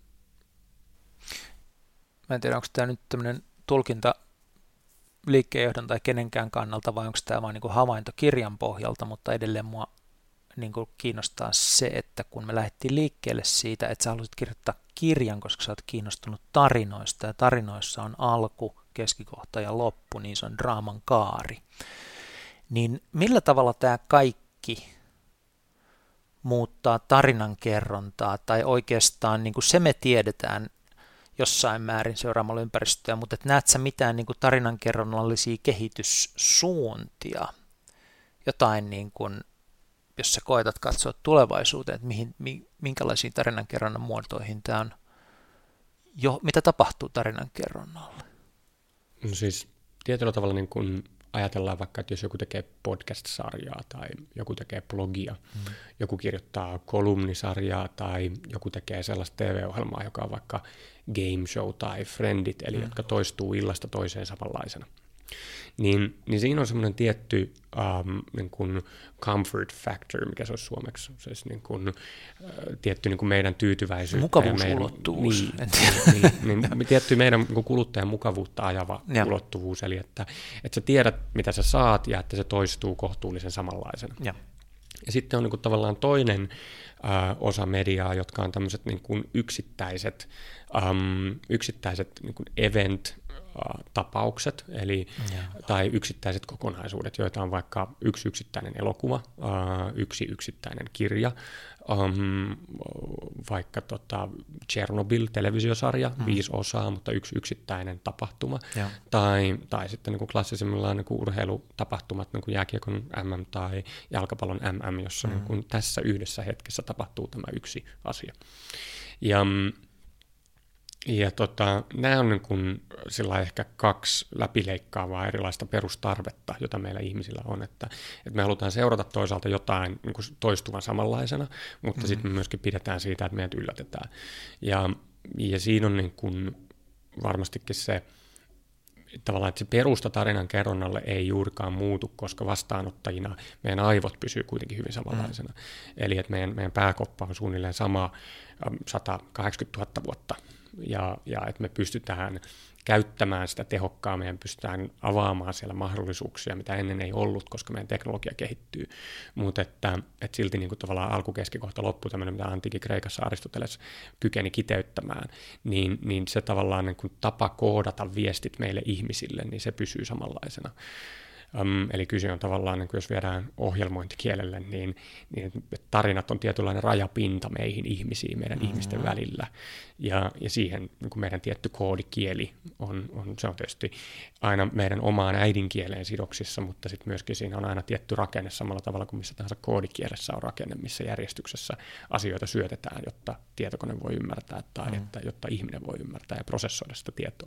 Mä en tiedä, onko tämä nyt tämmöinen tulkinta liikkeenjohdon tai kenenkään kannalta, vai onko tämä vain niin kuin havainto kirjan pohjalta, mutta edelleen mua niin kuin kiinnostaa se, että kun me lähdettiin liikkeelle siitä, että sä haluaisit kirjoittaa kirjan, koska sä oot kiinnostunut tarinoista, ja tarinoissa on alku, keskikohta ja loppu, niin se on draaman kaari. Niin millä tavalla tämä kaikki muuttaa tarinankerrontaa, tai oikeastaan niin kuin se me tiedetään jossain määrin seuraamalla ympäristöä, mutta et näet sä mitään niin kuin tarinankerronnallisia kehityssuuntia, jotain niin kuin, jos sä koetat katsoa tulevaisuuteen, että minkälaisiin tarinankerronnan muotoihin tämä on, mitä tapahtuu tarinankerronnalle? No siis tietyllä tavalla niin kun ajatellaan vaikka, että jos joku tekee podcast-sarjaa tai joku tekee blogia, joku kirjoittaa kolumnisarjaa tai joku tekee sellaista TV-ohjelmaa, joka on vaikka game show tai Friendit, eli jotka toistuu illasta toiseen samanlaisena. Niin siinä on semmoinen tietty niin kuin comfort factor, mikä se olisi suomeksi, siis niin kuin, tietty niin kuin meidän tyytyväisyyttä. Mukavuusulottuvuus. Niin, tietty meidän niin kuin kuluttajan mukavuutta ajava ulottuvuus, eli että sä tiedät, mitä sä saat ja että se toistuu kohtuullisen samanlaisena. Ja sitten on niin kuin tavallaan toinen osa mediaa, jotka on tämmöiset niin kuin yksittäiset niin kuin event-tapaukset, tai yksittäiset kokonaisuudet, joita on vaikka yksi yksittäinen elokuva, yksi yksittäinen kirja, vaikka Chernobyl-televisiosarja, 5 osaa, mutta yksi yksittäinen tapahtuma, tai sitten niin kuin klassisimmillaan niin kuin urheilutapahtumat, niin kuin jääkiekon MM tai jalkapallon MM, jossa niin kuin tässä yhdessä hetkessä tapahtuu tämä yksi asia. Ja nämä on niin kuin sillä ehkä 2 läpileikkaavaa erilaista perustarvetta, jota meillä ihmisillä on, että me halutaan seurata toisaalta jotain niin kuin toistuvan samanlaisena, mutta sitten me myöskin pidetään siitä, että meidät yllätetään. Ja siinä on niin kuin varmastikin se, tavallaan, että se perusta tarinan kerronnalle ei juurikaan muutu, koska vastaanottajina meidän aivot pysyy kuitenkin hyvin samanlaisena. Eli että meidän pääkoppa on suunnilleen sama 180 000 vuotta ja että me pystytään käyttämään sitä tehokkaammin ja pystytään avaamaan siellä mahdollisuuksia, mitä ennen ei ollut, koska meidän teknologia kehittyy. Mutta että silti niin kuin tavallaan alkukeskikohta loppu, tämmöinen, mitä antiikin Kreikassa Aristoteles kykeni kiteyttämään, niin se tavallaan niin kuin tapa koodata viestit meille ihmisille, niin se pysyy samanlaisena. Eli kyse on tavallaan, niin jos viedään ohjelmointikielelle, niin tarinat on tietynlainen rajapinta meihin ihmisiin, meidän ihmisten välillä. Ja siihen niin kuin meidän tietty koodikieli se on tietysti aina meidän omaan äidinkieleen sidoksissa, mutta sitten myöskin siinä on aina tietty rakenne samalla tavalla kuin missä tahansa koodikielessä on rakenne, missä järjestyksessä asioita syötetään, jotta tietokone voi ymmärtää tai jotta ihminen voi ymmärtää ja prosessoida sitä tietoa.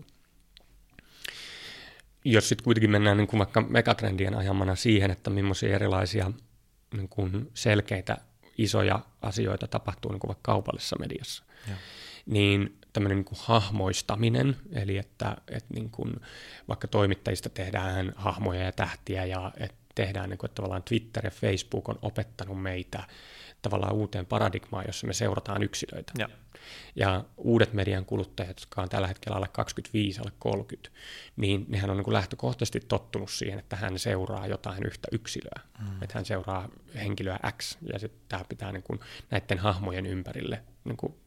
Jos sitten kuitenkin mennään niin kuin vaikka megatrendien ajamana siihen, että millaisia erilaisia niin kuin selkeitä isoja asioita tapahtuu niin kuin vaikka kaupallisessa mediassa, niin tämmöinen niin kuin hahmoistaminen, eli että niin kuin vaikka toimittajista tehdään hahmoja ja tähtiä ja että tehdään, niin kuin, että tavallaan Twitter ja Facebook on opettanut meitä tavallaan uuteen paradigmaan, jossa me seurataan yksilöitä. Ja uudet median kuluttajat, jotka on tällä hetkellä alle 25, alle 30, niin nehän on niin kuin lähtökohtaisesti tottunut siihen, että hän seuraa jotain yhtä yksilöä. Että hän seuraa henkilöä X, ja sitten tämä pitää niin kuin näiden hahmojen ympärille niin kuin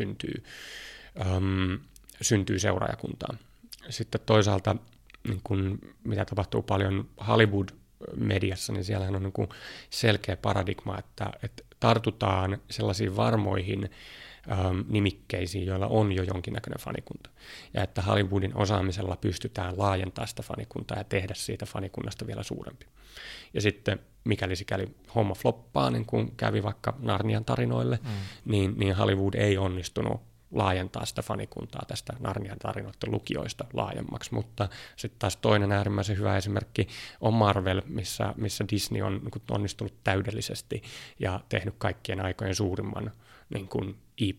syntyy seuraajakuntaa. Sitten toisaalta, niin kuin, mitä tapahtuu paljon Hollywood-mediassa, niin siellähän on niin kuin selkeä paradigma, että tartutaan sellaisiin varmoihin nimikkeisiin, joilla on jo jonkinnäköinen fanikunta. Ja että Hollywoodin osaamisella pystytään laajentamaan sitä fanikuntaa ja tehdä siitä fanikunnasta vielä suurempi. Ja sitten mikäli sikäli homma floppaa, niin kuin kävi vaikka Narnian tarinoille, niin Hollywood ei onnistunut laajentaa sitä fanikuntaa tästä Narnian tarinoiden lukijoista laajemmaksi, mutta sitten taas toinen äärimmäisen hyvä esimerkki on Marvel, missä Disney on niin kuin onnistunut täydellisesti ja tehnyt kaikkien aikojen suurimman niin kuin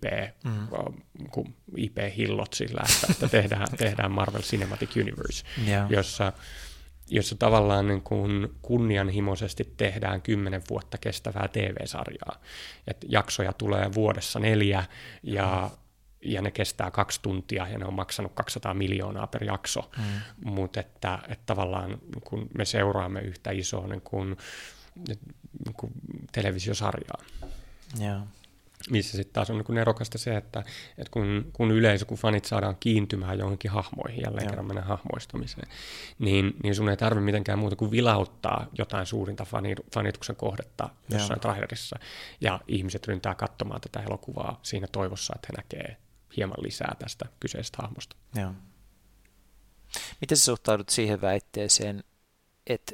IP-hillot sillä, että tehdään Marvel Cinematic Universe, jossa tavallaan niin kuin kunnianhimoisesti tehdään 10 vuotta kestävää TV-sarjaa. Et jaksoja tulee vuodessa 4 ja ne kestää 2 tuntia ja ne on maksanut 200 miljoonaa per jakso, mutta että tavallaan kun me seuraamme yhtä isoa niin kuin televisiosarjaa. Missä sitten taas on niin nerokasta se, että kun yleisö, kun fanit saadaan kiintymään johonkin hahmoihin, jälleen kerran mennään hahmoistamiseen, niin sun ei tarvitse mitenkään muuta kuin vilauttaa jotain suurinta fanituksen kohdetta jossain trailerissa, ja ihmiset ryntää katsomaan tätä elokuvaa siinä toivossa, että he näkee hieman lisää tästä kyseisestä hahmosta. Miten sä suhtaudut siihen väitteeseen, että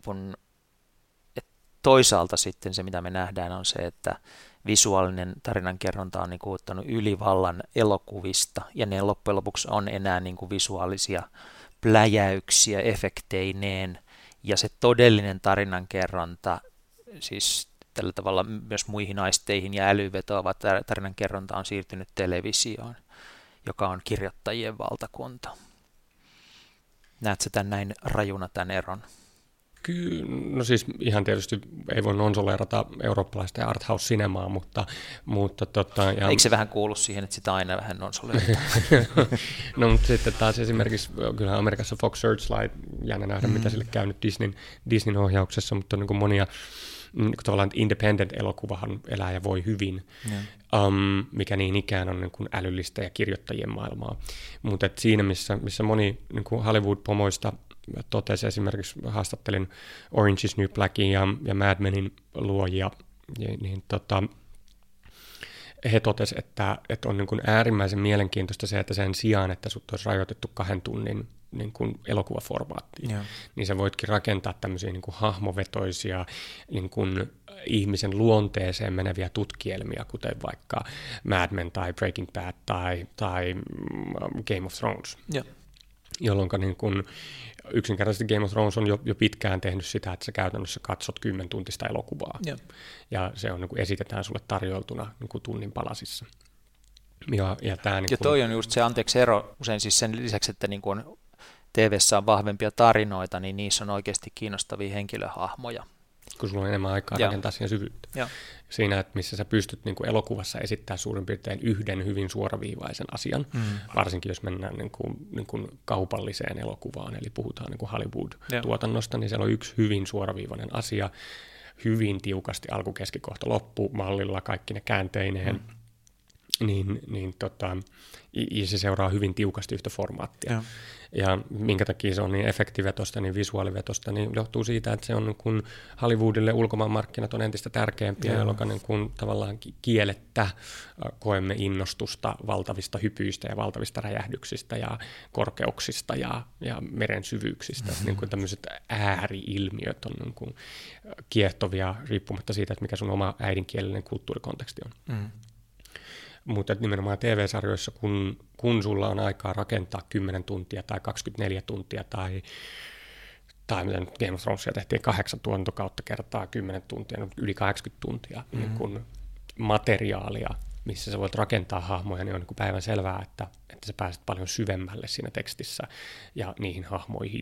toisaalta sitten se, mitä me nähdään, on se, että visuaalinen tarinankerronta on niin kuin ottanut ylivallan elokuvista, ja ne loppujen lopuksi on enää niin kuin visuaalisia pläjäyksiä efekteineen, ja se todellinen tarinankerronta, siis tällä tavalla myös muihin aisteihin ja älyyn vetoava tarinankerronta on siirtynyt televisioon, joka on kirjoittajien valtakunta. Näetkö tämän näin rajuna tämän eron? Kyllä, no siis ihan tietysti ei voi nonsoleerata eurooppalaista ja arthouse-sinemaa, mutta ja eikö se vähän kuulu siihen, että sitä aina vähän nonsoleerataan? No, mutta sitten taas esimerkiksi, kyllähän Amerikassa Fox Searchlight, jännä nähdä, mitä sille käynyt Disneyn ohjauksessa, mutta on niin kuin monia tavallaan independent-elokuvahan elää ja voi hyvin, mikä niin ikään on niin kuin älyllistä ja kirjoittajien maailmaa. Mutta siinä, missä moni niin kuin Hollywood-pomoista totesi, esimerkiksi haastattelin Orange is New Blackin ja Mad Menin luojia, niin he totesivat, että on niin kuin äärimmäisen mielenkiintoista se, että sen sijaan, että sut olisi rajoitettu 2 tunnin niin kuin elokuvaformaattiin, niin sä voitkin rakentaa tämmöisiä niin kuin hahmovetoisia niin kuin ihmisen luonteeseen meneviä tutkielmia, kuten vaikka Mad Men tai Breaking Bad tai Game of Thrones. Jolloin niin kun yksinkertaisesti Game of Thrones on jo pitkään tehnyt sitä, että sä käytännössä katsot 10-tuntista elokuvaa. Ja se on, niin kuin esitetään sulle tarjoltuna niin kuin tunnin palasissa. Ja toi on just se ero usein siis sen lisäksi, että niin kun TV:ssä on vahvempia tarinoita, niin niissä on oikeasti kiinnostavia henkilöhahmoja. kun sulla on enemmän aikaa rakentaa siihen syvyyttä. Ja. Siinä, että missä sä pystyt niin kuin elokuvassa esittämään suurin piirtein yhden hyvin suoraviivaisen asian, varsinkin jos mennään niin kuin kaupalliseen elokuvaan, eli puhutaan niin kuin Hollywood-tuotannosta, niin siellä on yksi hyvin suoraviivainen asia, hyvin tiukasti alku, keskikohta, loppu mallilla, kaikki ne käänteineen, ja se seuraa hyvin tiukasti yhtä formaattia. Ja minkä takia se on niin efektivetosta, niin visuaalivetosta, niin johtuu siitä, että se on niin kuin Hollywoodille ulkomaanmarkkinat on entistä tärkeämpiä, jolloin niin kuin tavallaan kielettä koemme innostusta valtavista hypyistä ja valtavista räjähdyksistä ja korkeuksista ja meren syvyyksistä. Niin kuin tämmöiset ääri-ilmiöt on niin kuin kiehtovia riippumatta siitä, että mikä sun oma äidinkielinen kulttuurikonteksti on. Mutta nimenomaan TV-sarjoissa, kun sulla on aikaa rakentaa 10 tuntia tai 24 tuntia tai mitä nyt Game of Thronesia tehtiin 8 tuotantokautta kertaa 10 tuntia, yli 80 tuntia niin kun materiaalia, missä sä voit rakentaa hahmoja, niin on niin kuin päivän selvää, että sä pääset paljon syvemmälle siinä tekstissä ja niihin hahmoihin.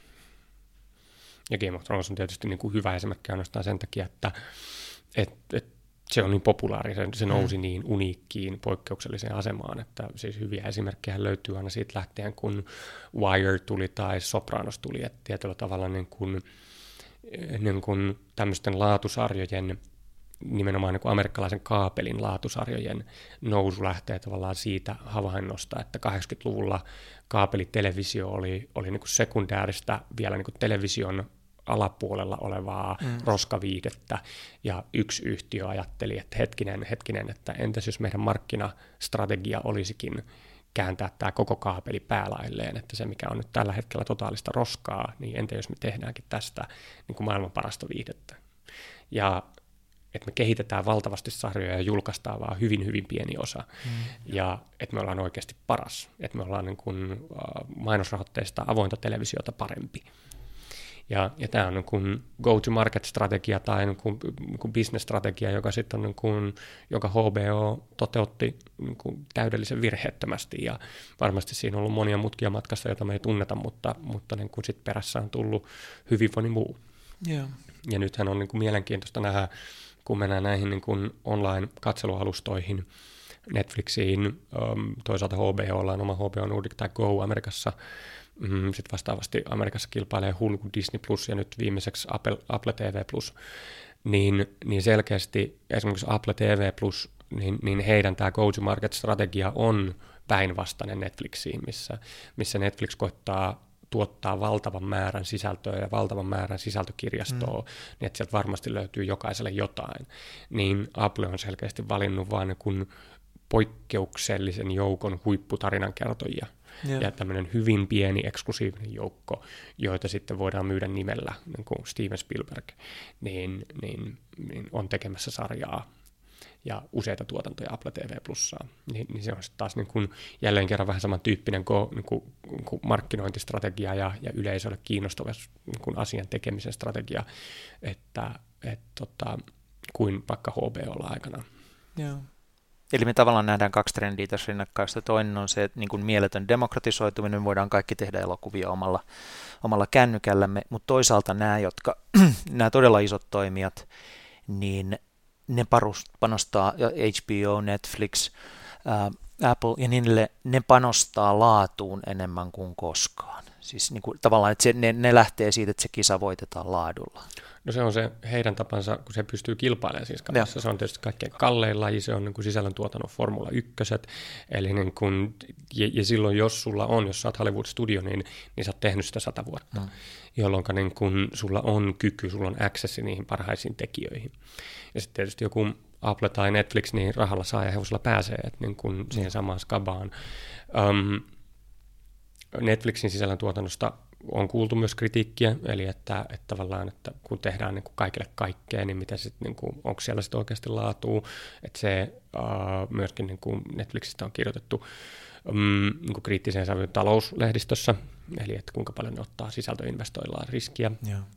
Ja Game of Thrones on tietysti niin kuin hyvä esimerkki ainoastaan sen takia, että se on niin populaari, se nousi niin uniikkiin, poikkeukselliseen asemaan, että siis hyviä esimerkkejä löytyy aina siitä lähtien, kun Wire tuli tai Sopranos tuli, että tietyllä tavalla niin kuin tämmöisten laatusarjojen, nimenomaan niin kuin amerikkalaisen kaapelin laatusarjojen nousu lähtee tavallaan siitä havainnosta, että 80-luvulla kaapelitelevisio oli niin kuin sekundääristä vielä niin kuin television alapuolella olevaa roskaviihdettä, ja yksi yhtiö ajatteli, että hetkinen, että entäs jos meidän markkinastrategia olisikin kääntää tämä koko kaapeli päälailleen, että se mikä on nyt tällä hetkellä totaalista roskaa, niin entä jos me tehdäänkin tästä niin kuin maailman parasta viihdettä. Ja että me kehitetään valtavasti sarjoja ja julkaistaan vaan hyvin, hyvin pieni osa. Ja että me ollaan oikeasti paras. Että me ollaan niin kuin mainosrahoitteista avointa televisiota parempi. Ja tämä on niin kuin go-to-market-strategia tai niin kuin business-strategia, joka sitten on niin kuin, joka HBO toteutti niin kuin täydellisen virheettömästi. Ja varmasti siinä on ollut monia mutkia matkassa, joita me ei tunneta, mutta niin kuin sit perässä on tullut hyvin moni muu. Yeah. Ja nythän on niin kuin mielenkiintoista nähdä, kun mennään näihin niin kuin online-katselualustoihin, Netflixiin, toisaalta HBOlla on oma HBO Nordic tai Go Amerikassa. Sitten vastaavasti Amerikassa kilpailee Hulu, Disney Plus ja nyt viimeiseksi Apple TV Plus. Niin selkeästi esimerkiksi Apple TV Plus, niin heidän tämä go-to-market-strategia on päinvastainen Netflixiin, missä Netflix koittaa tuottaa valtavan määrän sisältöä ja valtavan määrän sisältökirjastoa, niin että sieltä varmasti löytyy jokaiselle jotain. Niin Apple on selkeästi valinnut vaan niin poikkeuksellisen joukon huipputarinankertojia. Ja tämmöinen hyvin pieni eksklusiivinen joukko, joita sitten voidaan myydä nimellä, niin kuin Steven Spielberg, niin on tekemässä sarjaa ja useita tuotantoja Apple TV Plussaa. Niin se on sitten taas niin kuin jälleen kerran vähän samantyyppinen niin kuin markkinointistrategia ja yleisölle kiinnostava niin kuin asian tekemisen strategia, kuin vaikka HBOlla aikana. Joo. Eli me tavallaan nähdään kaksi trendiä tässä rinnakkaista. Toinen on se, että niin kuin mieletön demokratisoituminen, me voidaan kaikki tehdä elokuvia omalla kännykällämme, mutta toisaalta nämä todella isot toimijat, niin ne panostaa, HBO, Netflix, Apple ja niin ne panostaa laatuun enemmän kuin koskaan. Siis niin kuin, tavallaan, että ne lähtee siitä, että se kisa voitetaan laadulla. No se on se heidän tapansa, kun se pystyy kilpailemaan siis kanssa. Se on tietysti kaikkein kallein laji, se on niin kuin sisällöntuotannon Formula 1. Eli niin kuin, ja silloin jos sulla on, jos sä oot Hollywood-studio, niin sä oot tehnyt sitä 100 vuotta, jolloin niin kuin sulla on kyky, sulla on accessi niihin parhaisiin tekijöihin. Ja sitten tietysti joku Apple tai Netflix, niin rahalla saa ja hevosella pääsee, että niin kuin siihen samaan skabaan. Netflixin sisällöntuotannosta on kuultu myös kritiikkiä, eli että tavallaan, että kun tehdään niin kuin kaikille kaikkea, niin mitä sit, niin kuin, onko siellä sitten oikeasti laatua, että se myöskin niin kuin Netflixistä on kirjoitettu niin kuin kriittiseen sävyyn talouslehdistössä, eli että kuinka paljon ne ottaa sisältöinvestoillaan riskiä.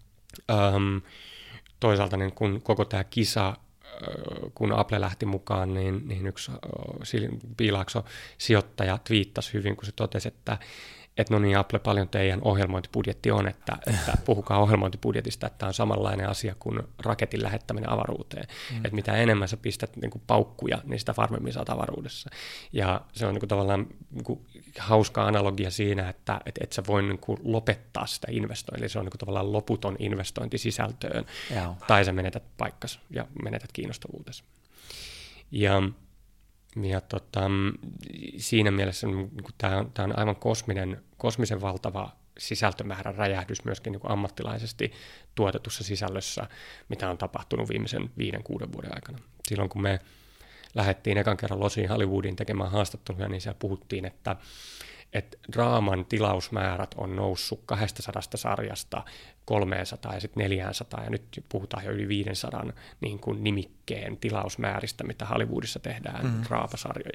Toisaalta niin kun koko tämä kisa, kun Apple lähti mukaan, niin yksi Piilaakso sijoittaja twiittasi hyvin, kun se totesi, että no niin Apple, paljon teidän ohjelmointibudjetti on, että puhukaa ohjelmointibudjetista, että tämä on samanlainen asia kuin raketin lähettäminen avaruuteen. Että mitä enemmän sä pistät niin kuin paukkuja, niin sitä varmemmin saat avaruudessa. Ja se on niin kuin tavallaan niin kuin hauska analogia siinä, että et sä voi niin kuin lopettaa sitä investointia. Eli se on niin kuin tavallaan loputon investointi sisältöön, tai sä menetät paikkas ja menetät kiinnostavuutesi. Ja siinä mielessä niin tämä on aivan kosmisen valtava sisältömäärän räjähdys myöskin niin kuin ammattilaisesti tuotetussa sisällössä, mitä on tapahtunut viimeisen 5-6 vuoden aikana. Silloin kun me lähdettiin ekan kerran Losiin Hollywoodiin tekemään haastatteluja, niin siellä puhuttiin, että draaman tilausmäärät on noussut 200 sarjasta 300 ja sitten 400, ja nyt puhutaan jo yli 500 niin kuin nimikkeen tilausmääristä, mitä Hollywoodissa tehdään draamasarjoja.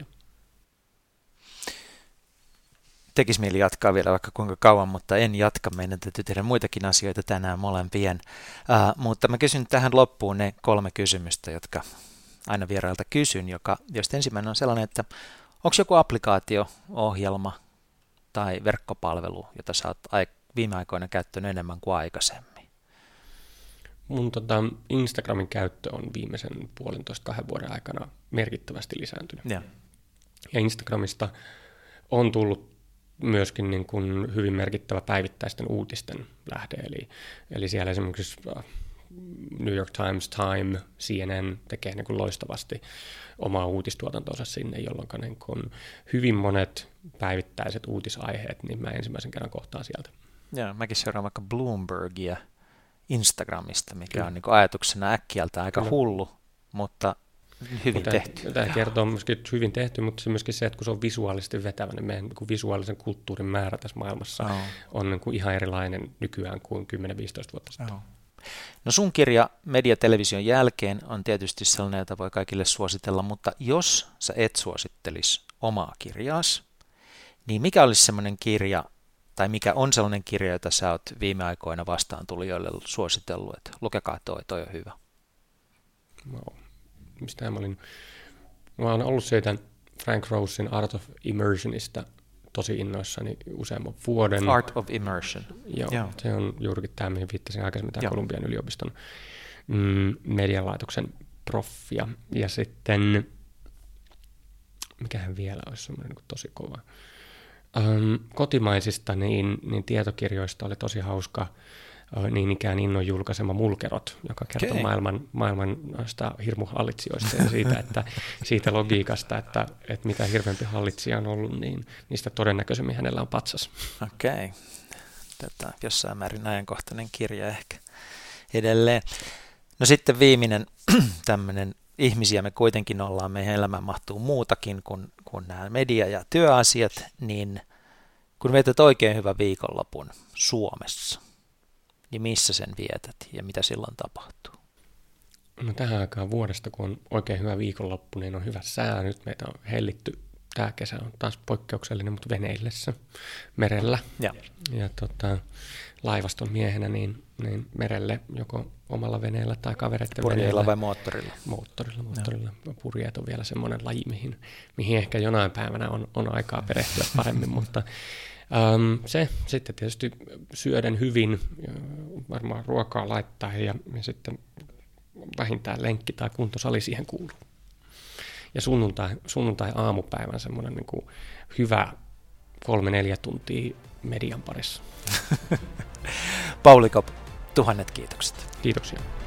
Tekisi mieli jatkaa vielä vaikka kuinka kauan, mutta en jatka. Meidän täytyy tehdä muitakin asioita tänään molempien. Mutta mä kysyn tähän loppuun ne 3 kysymystä, jotka aina vierailta kysyn, josta ensimmäinen on sellainen, että onko joku applikaatio, ohjelma tai verkkopalvelu, jota sä oot viime aikoina käyttänyt enemmän kuin aikaisemmin? Mun Instagramin käyttö on viimeisen 1,5-2 vuoden aikana merkittävästi lisääntynyt. Ja Instagramista on tullut myöskin niin kuin hyvin merkittävä päivittäisten uutisten lähde. Eli siellä esimerkiksi New York Times, Time, CNN tekee niin kuin loistavasti omaa uutistuotantonsa sinne, jolloin niin kuin hyvin monet päivittäiset uutisaiheet, niin mä ensimmäisen kerran kohtaan sieltä. Joo, mäkin seuraan vaikka Bloombergia Instagramista, mikä on niin kuin ajatuksena äkkiältä aika hullu, mutta hyvin tehty. Tämä kertoo myöskin hyvin tehty, mutta se myöskin se, että kun se on visuaalisesti vetävä, niin meidän niin kuin visuaalisen kulttuurin määrä tässä maailmassa on niin kuin ihan erilainen nykyään kuin 10-15 vuotta sitten. No sun kirja Mediatelevision jälkeen on tietysti sellainen, jota voi kaikille suositella, mutta jos sä et suosittelisi omaa kirjaasi, niin mikä olisi semmoinen kirja, tai mikä on sellainen kirja, jota sä oot viime aikoina vastaantulijoille suositellut, että lukekaa toi on hyvä? Mistä mä oon ollut siitä Frank Rosein Art of Immersionista tosi innoissani useamman vuoden. Art of Immersion. Joo. Se on juurikin tämä, mihin viittasin aikaisemmin, tämä Kolumbian yliopiston medialaitoksen proffia. Ja sitten, mikähän vielä olisi semmoinen niin tosi kova. Kotimaisista niin tietokirjoista oli tosi hauska niin ikään Innon julkaisema Mulkerot, joka kertoo maailman hirmuhallitsijoista ja siitä logiikasta, että mitä hirveämpi hallitsija on ollut, niin niistä todennäköisemmin hänellä on patsas. Okei. Jossain määrin ajankohtainen kirja ehkä edelleen. No sitten viimeinen tämmöinen, ihmisiä me kuitenkin ollaan, meidän elämään mahtuu muutakin kuin nämä media- ja työasiat, niin kun vietät oikein hyvän viikonlopun Suomessa, niin missä sen vietät ja mitä silloin tapahtuu? No tähän aikaan vuodesta, kun on oikein hyvä viikonloppu, niin on hyvä sää. Nyt meitä on hellitty. Tämä kesä on taas poikkeuksellinen, mutta veneillessä merellä. Ja laivaston miehenä niin merelle joko omalla veneellä tai kavereiden veneellä. Purjeilla vai moottorilla? Moottorilla. Purjeet on vielä semmoinen laji, mihin ehkä jonain päivänä on aikaa perehtyä paremmin, mutta se sitten tietysti syöden hyvin, varmaan ruokaa laittaa ja sitten vähintään lenkki tai kuntosali siihen kuuluu. Ja sunnuntai aamupäivän semmoinen niin kuin hyvä 3-4 tuntia median parissa. Pauli Kopp, 1000 kiitokset. Kiitoksia.